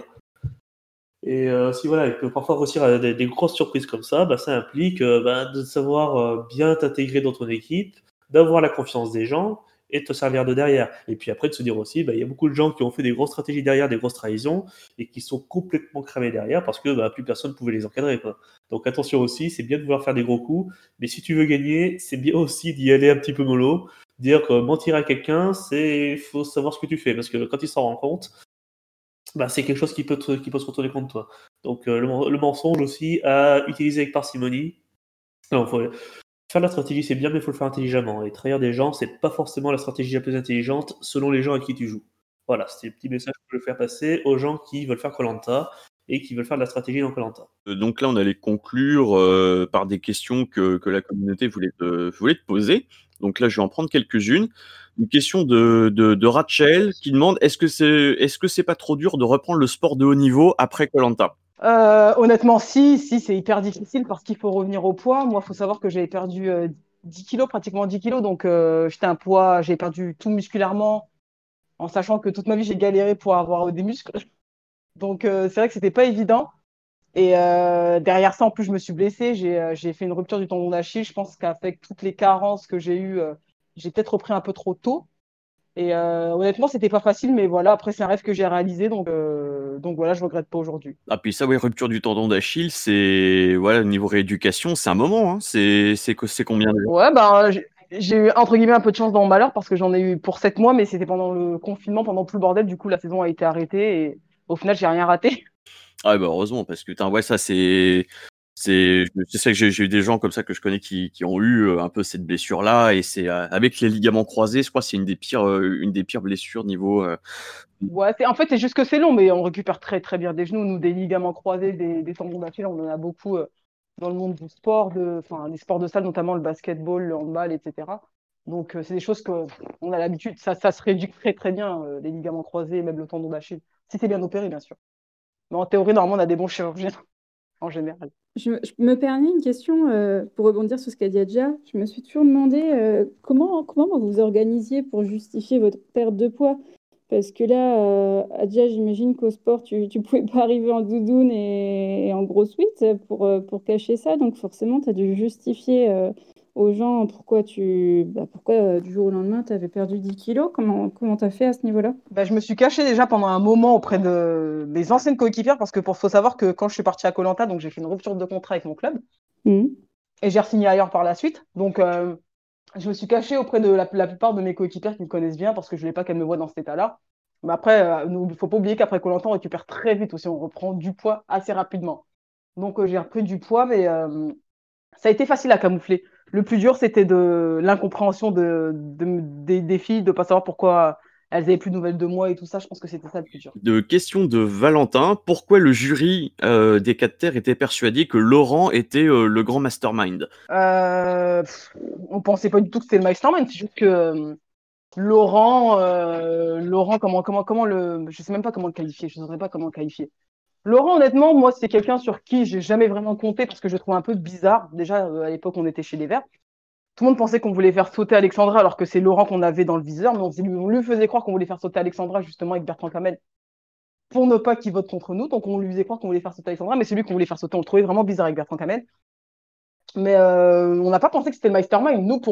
Et si voilà, et que parfois réussir à des grosses surprises comme ça, bah, ça implique de savoir bien t'intégrer dans ton équipe, d'avoir la confiance des gens et de te servir de derrière. Et puis après, de se dire aussi, bah, il y a beaucoup de gens qui ont fait des grosses stratégies derrière, des grosses trahisons, et qui sont complètement cramés derrière parce que bah, plus personne ne pouvait les encadrer, quoi. Donc attention aussi, c'est bien de vouloir faire des gros coups, mais si tu veux gagner, c'est bien aussi d'y aller un petit peu mollo. Dire que mentir à quelqu'un, faut savoir ce que tu fais, parce que quand il s'en rend compte, bah, c'est quelque chose qui peut se retourner contre toi. Donc le mensonge aussi à utiliser avec parcimonie. Non, faire de la stratégie c'est bien, mais il faut le faire intelligemment. Et trahir des gens, c'est pas forcément la stratégie la plus intelligente selon les gens à qui tu joues. Voilà, c'était le petit message que je veux faire passer aux gens qui veulent faire koh et qui veulent faire de la stratégie dans koh. Donc là, on allait conclure par des questions que la communauté voulait te poser. Donc là, je vais en prendre quelques-unes. Une question de Rachel qui demande est-ce que c'est pas trop dur de reprendre le sport de haut niveau après koh? Honnêtement, si, c'est hyper difficile parce qu'il faut revenir au poids. Moi, il faut savoir que j'avais perdu 10 kilos, pratiquement 10 kilos. Donc, j'étais un poids, j'ai perdu tout musculairement, en sachant que toute ma vie, j'ai galéré pour avoir des muscles. Donc, c'est vrai que c'était pas évident. Et derrière ça, en plus, je me suis blessée. J'ai fait une rupture du tendon d'Achille. Je pense qu'avec toutes les carences que j'ai eues, j'ai peut-être repris un peu trop tôt. Et honnêtement, c'était pas facile, mais voilà, après, c'est un rêve que j'ai réalisé. Donc voilà, je regrette pas aujourd'hui. Ah, puis ça, ouais, rupture du tendon d'Achille, c'est, voilà, niveau rééducation, c'est un moment, hein. C'est combien de jours? Ouais, ben, j'ai eu entre guillemets un peu de chance dans mon malheur parce que j'en ai eu pour 7 mois, mais c'était pendant le confinement, pendant tout le bordel. Du coup, la saison a été arrêtée et au final, j'ai rien raté. Ah, bah, heureusement, parce que, putain, ouais, ça, je sais que j'ai eu des gens comme ça que je connais qui ont eu un peu cette blessure-là, et c'est avec les ligaments croisés, je crois que c'est une des pires blessures niveau. Ouais, en fait, c'est juste que c'est long, mais on récupère très très bien des genoux, nous, des ligaments croisés, des tendons d'Achille, on en a beaucoup dans le monde du sport, enfin, des sports de salle, notamment le basketball, le handball, etc. Donc, c'est des choses qu'on a l'habitude. Ça se réduit très, très bien, les ligaments croisés, même le tendon d'Achille. Si c'est bien opéré, bien sûr. Mais en théorie, normalement, on a des bons chirurgiens en général. Je me permets une question pour rebondir sur ce qu'a dit Adja. Je me suis toujours demandé comment vous vous organisiez pour justifier votre perte de poids. Parce que là, Adja, j'imagine qu'au sport, tu ne pouvais pas arriver en doudoune et en gros sweat pour cacher ça. Donc forcément, tu as dû justifier aux gens pourquoi du jour au lendemain, tu avais perdu 10 kilos. Comment tu as fait à ce niveau-là? Bah, je me suis cachée déjà pendant un moment auprès de mes anciennes coéquipières parce que faut savoir que quand je suis partie à Koh Lanta, donc j'ai fait une rupture de contrat avec mon club Mhm. et j'ai re-signé ailleurs par la suite. Donc, je me suis cachée auprès de la plupart de mes coéquipières qui me connaissent bien parce que je voulais pas qu'elles me voient dans cet état-là. Mais après, il ne faut pas oublier qu'après Koh Lanta, on récupère très vite aussi, on reprend du poids assez rapidement. Donc, j'ai repris du poids, mais ça a été facile à camoufler. Le plus dur, c'était de l'incompréhension des filles, de ne pas savoir pourquoi elles n'avaient plus de nouvelles de moi et tout ça. Je pense que c'était ça le plus dur. De question de Valentin, pourquoi le jury des 4 terres était persuadé que Laurent était le grand mastermind? On pensait pas du tout que c'était le mastermind, c'est juste que Laurent, je sais même pas comment le qualifier, je ne saurais pas comment le qualifier. Laurent, honnêtement, moi, c'est quelqu'un sur qui j'ai jamais vraiment compté parce que je le trouve un peu bizarre. Déjà, à l'époque, on était chez les Verts. Tout le monde pensait qu'on voulait faire sauter Alexandra alors que c'est Laurent qu'on avait dans le viseur, mais on lui faisait croire qu'on voulait faire sauter Alexandra justement avec Bertrand Camel pour ne pas qu'il vote contre nous. Donc on lui faisait croire qu'on voulait faire sauter Alexandra, mais c'est lui qu'on voulait faire sauter. On le trouvait vraiment bizarre avec Bertrand Camel. Mais on n'a pas pensé que c'était le mastermind. Nous,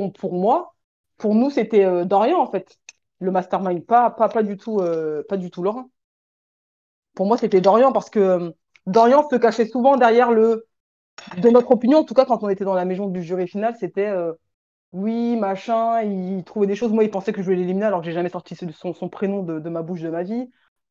pour nous, c'était Dorian en fait, le mastermind, pas du tout, pas du tout Laurent. Pour moi, c'était Dorian parce que Dorian se cachait souvent derrière de notre opinion, en tout cas quand on était dans la maison du jury final, c'était oui, machin, il trouvait des choses. Moi, il pensait que je voulais l'éliminer alors que j'ai jamais sorti son prénom de ma bouche de ma vie.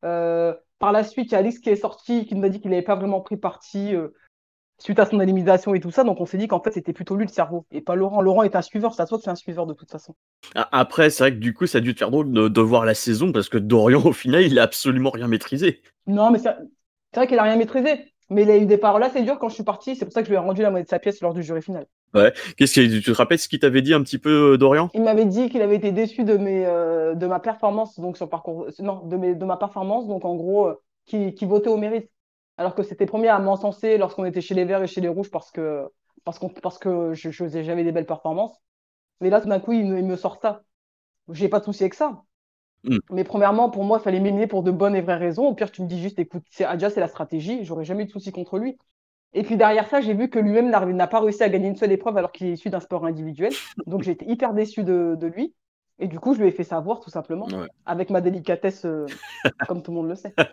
Par la suite, il y a Alice qui est sorti, qui nous a dit qu'il n'avait pas vraiment pris parti suite à son élimination et tout ça. Donc, on s'est dit qu'en fait, c'était plutôt lui le cerveau et pas Laurent. Laurent est un suiveur, ça se voit que c'est un suiveur de toute façon. Après, c'est vrai que du coup, ça a dû te faire drôle de voir la saison parce que Dorian, au final, il a absolument rien maîtrisé. Non, mais c'est vrai qu'il a rien maîtrisé. Mais il a eu des paroles assez dures quand je suis partie. C'est pour ça que je lui ai rendu la moitié de sa pièce lors du jury final. Ouais. Tu te rappelles ce qu'il t'avait dit un petit peu, Dorian? Il m'avait dit qu'il avait été déçu de ma performance, donc sur parcours, non, de ma performance, donc en gros, qui votait au mérite. Alors que c'était premier à m'encenser lorsqu'on était chez les Verts et chez les Rouges parce que je faisais jamais des belles performances. Mais là, tout d'un coup, il me sort ça. J'ai pas de souci avec ça. Mm. Mais premièrement, pour moi, il fallait m'éliminer pour de bonnes et vraies raisons. Au pire, tu me dis juste, écoute, Adja, c'est la stratégie. J'aurais jamais eu de souci contre lui. Et puis derrière ça, j'ai vu que lui-même n'a pas réussi à gagner une seule épreuve alors qu'il est issu d'un sport individuel. Donc j'ai été hyper déçu de lui. Et du coup, je lui ai fait savoir tout simplement, Ouais. avec ma délicatesse, comme tout le monde le sait.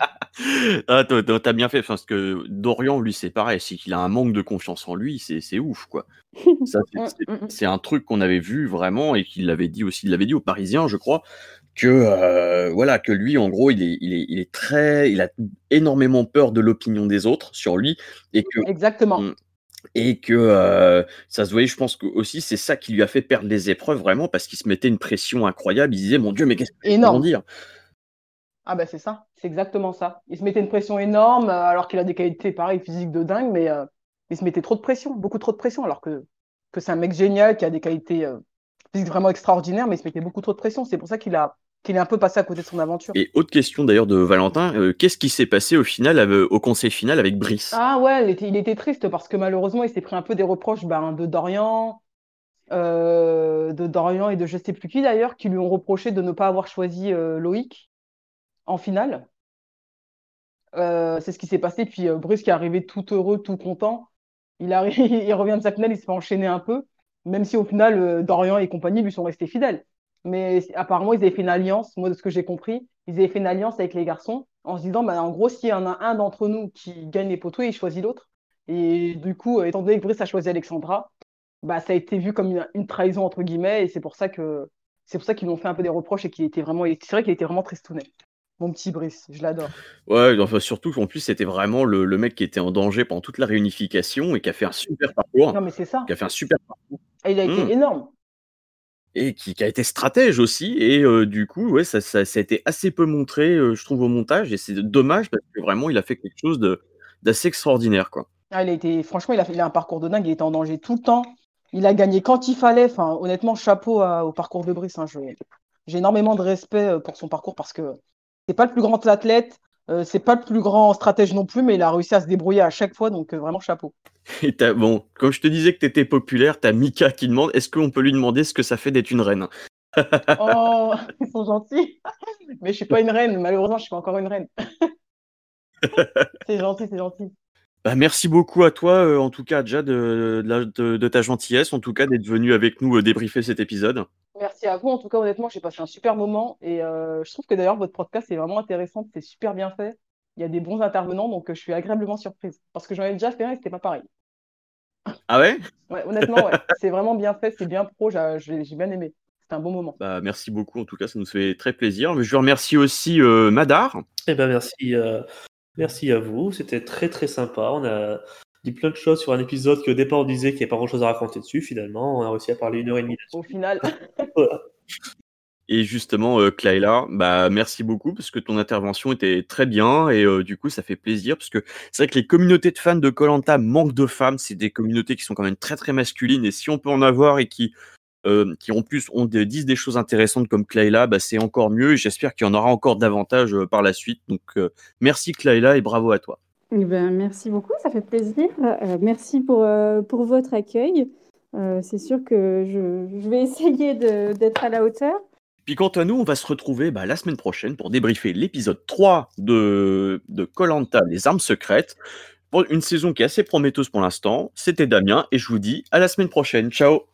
Ah, t'as bien fait parce que Dorian, lui, c'est pareil, c'est qu'il a un manque de confiance en lui, c'est ouf, quoi. Ça, c'est un truc qu'on avait vu vraiment et qu'il l'avait dit aussi, il l'avait dit aux Parisiens, je crois, que voilà, que lui, en gros, il a énormément peur de l'opinion des autres sur lui Exactement. Et que ça se voyait, je pense que aussi c'est ça qui lui a fait perdre les épreuves vraiment parce qu'il se mettait une pression incroyable. Il disait mon Dieu, mais qu'est-ce que je vais dire? Ah ben c'est ça, c'est exactement ça. Il se mettait une pression énorme alors qu'il a des qualités pareilles physiques de dingue, mais il se mettait trop de pression, beaucoup trop de pression, alors que c'est un mec génial qui a des qualités physiques vraiment extraordinaires, mais il se mettait beaucoup trop de pression. C'est pour ça qu'il est un peu passé à côté de son aventure. Et autre question d'ailleurs de Valentin, qu'est-ce qui s'est passé au final au conseil final avec Brice? Ah ouais, il était triste parce que malheureusement, il s'est pris un peu des reproches de Dorian et de je sais plus qui d'ailleurs, qui lui ont reproché de ne pas avoir choisi Loïc en finale. C'est ce qui s'est passé. Puis Bruce qui est arrivé tout heureux, tout content. Il revient de sa finale, il se fait enchaîner un peu. Même si au final, Dorian et compagnie lui sont restés fidèles. Mais apparemment, ils avaient fait une alliance. Moi, de ce que j'ai compris, ils avaient fait une alliance avec les garçons en se disant, bah, en gros, s'il y en a un d'entre nous qui gagne les poteaux, il choisit l'autre. Et du coup, étant donné que Brice a choisi Alexandra, bah, ça a été vu comme une trahison, entre guillemets. Et c'est pour ça qu'ils lui ont fait un peu des reproches et c'est vrai qu'il était vraiment tristounet. Mon petit Brice, je l'adore. Ouais, enfin, surtout qu'en plus, c'était vraiment le mec qui était en danger pendant toute la réunification et qui a fait un super parcours. Non, mais c'est ça. Qui a fait un super parcours. Et il a été énorme. Et qui a été stratège aussi. Et du coup, ouais, ça a été assez peu montré, je trouve, au montage. Et c'est dommage parce que vraiment, il a fait quelque chose d'assez extraordinaire, quoi. Ah, franchement, il a un parcours de dingue. Il était en danger tout le temps. Il a gagné quand il fallait. Enfin, honnêtement, chapeau au parcours de Brice. Hein. J'ai énormément de respect pour son parcours parce que c'est pas le plus grand athlète, c'est pas le plus grand stratège non plus, mais il a réussi à se débrouiller à chaque fois, donc vraiment chapeau. Et bon, comme je te disais que tu étais populaire, t'as Mika qui demande est-ce qu'on peut lui demander ce que ça fait d'être une reine? Oh, ils sont gentils, mais je suis pas une reine. Malheureusement, je suis pas encore une reine. C'est gentil, c'est gentil. Bah, merci beaucoup à toi, en tout cas, Adja, de ta gentillesse, en tout cas, d'être venu avec nous débriefer cet épisode. Merci à vous. En tout cas, honnêtement, j'ai passé un super moment et je trouve que d'ailleurs, votre podcast est vraiment intéressant. C'est super bien fait. Il y a des bons intervenants, donc je suis agréablement surprise. Parce que j'en ai déjà fait un et c'était pas pareil. Ah ouais? Ouais, honnêtement, ouais. C'est vraiment bien fait, c'est bien pro, j'ai bien aimé. C'était un bon moment. Bah, merci beaucoup, en tout cas, ça nous fait très plaisir. Je remercie aussi Madar. Eh ben merci à vous, c'était très très sympa. On a dit plein de choses sur un épisode qu'au départ on disait qu'il n'y avait pas grand chose à raconter dessus. Finalement, on a réussi à parler 1h30 là-dessus. Au final, Voilà. Et justement, Clayla, bah, merci beaucoup parce que ton intervention était très bien et du coup, ça fait plaisir parce que c'est vrai que les communautés de fans de Koh-Lanta manquent de femmes. C'est des communautés qui sont quand même très très masculines et si on peut en avoir et qui en plus disent des choses intéressantes comme Clayla, bah, c'est encore mieux et j'espère qu'il y en aura encore davantage par la suite. Donc, merci Clayla et bravo à toi. Eh ben, merci beaucoup, ça fait plaisir. Merci pour votre accueil. C'est sûr que je vais essayer d'être à la hauteur. Puis quant à nous, on va se retrouver la semaine prochaine pour débriefer l'épisode 3 de Koh-Lanta, les armes secrètes. Pour une saison qui est assez prometteuse pour l'instant. C'était Damien et je vous dis à la semaine prochaine. Ciao!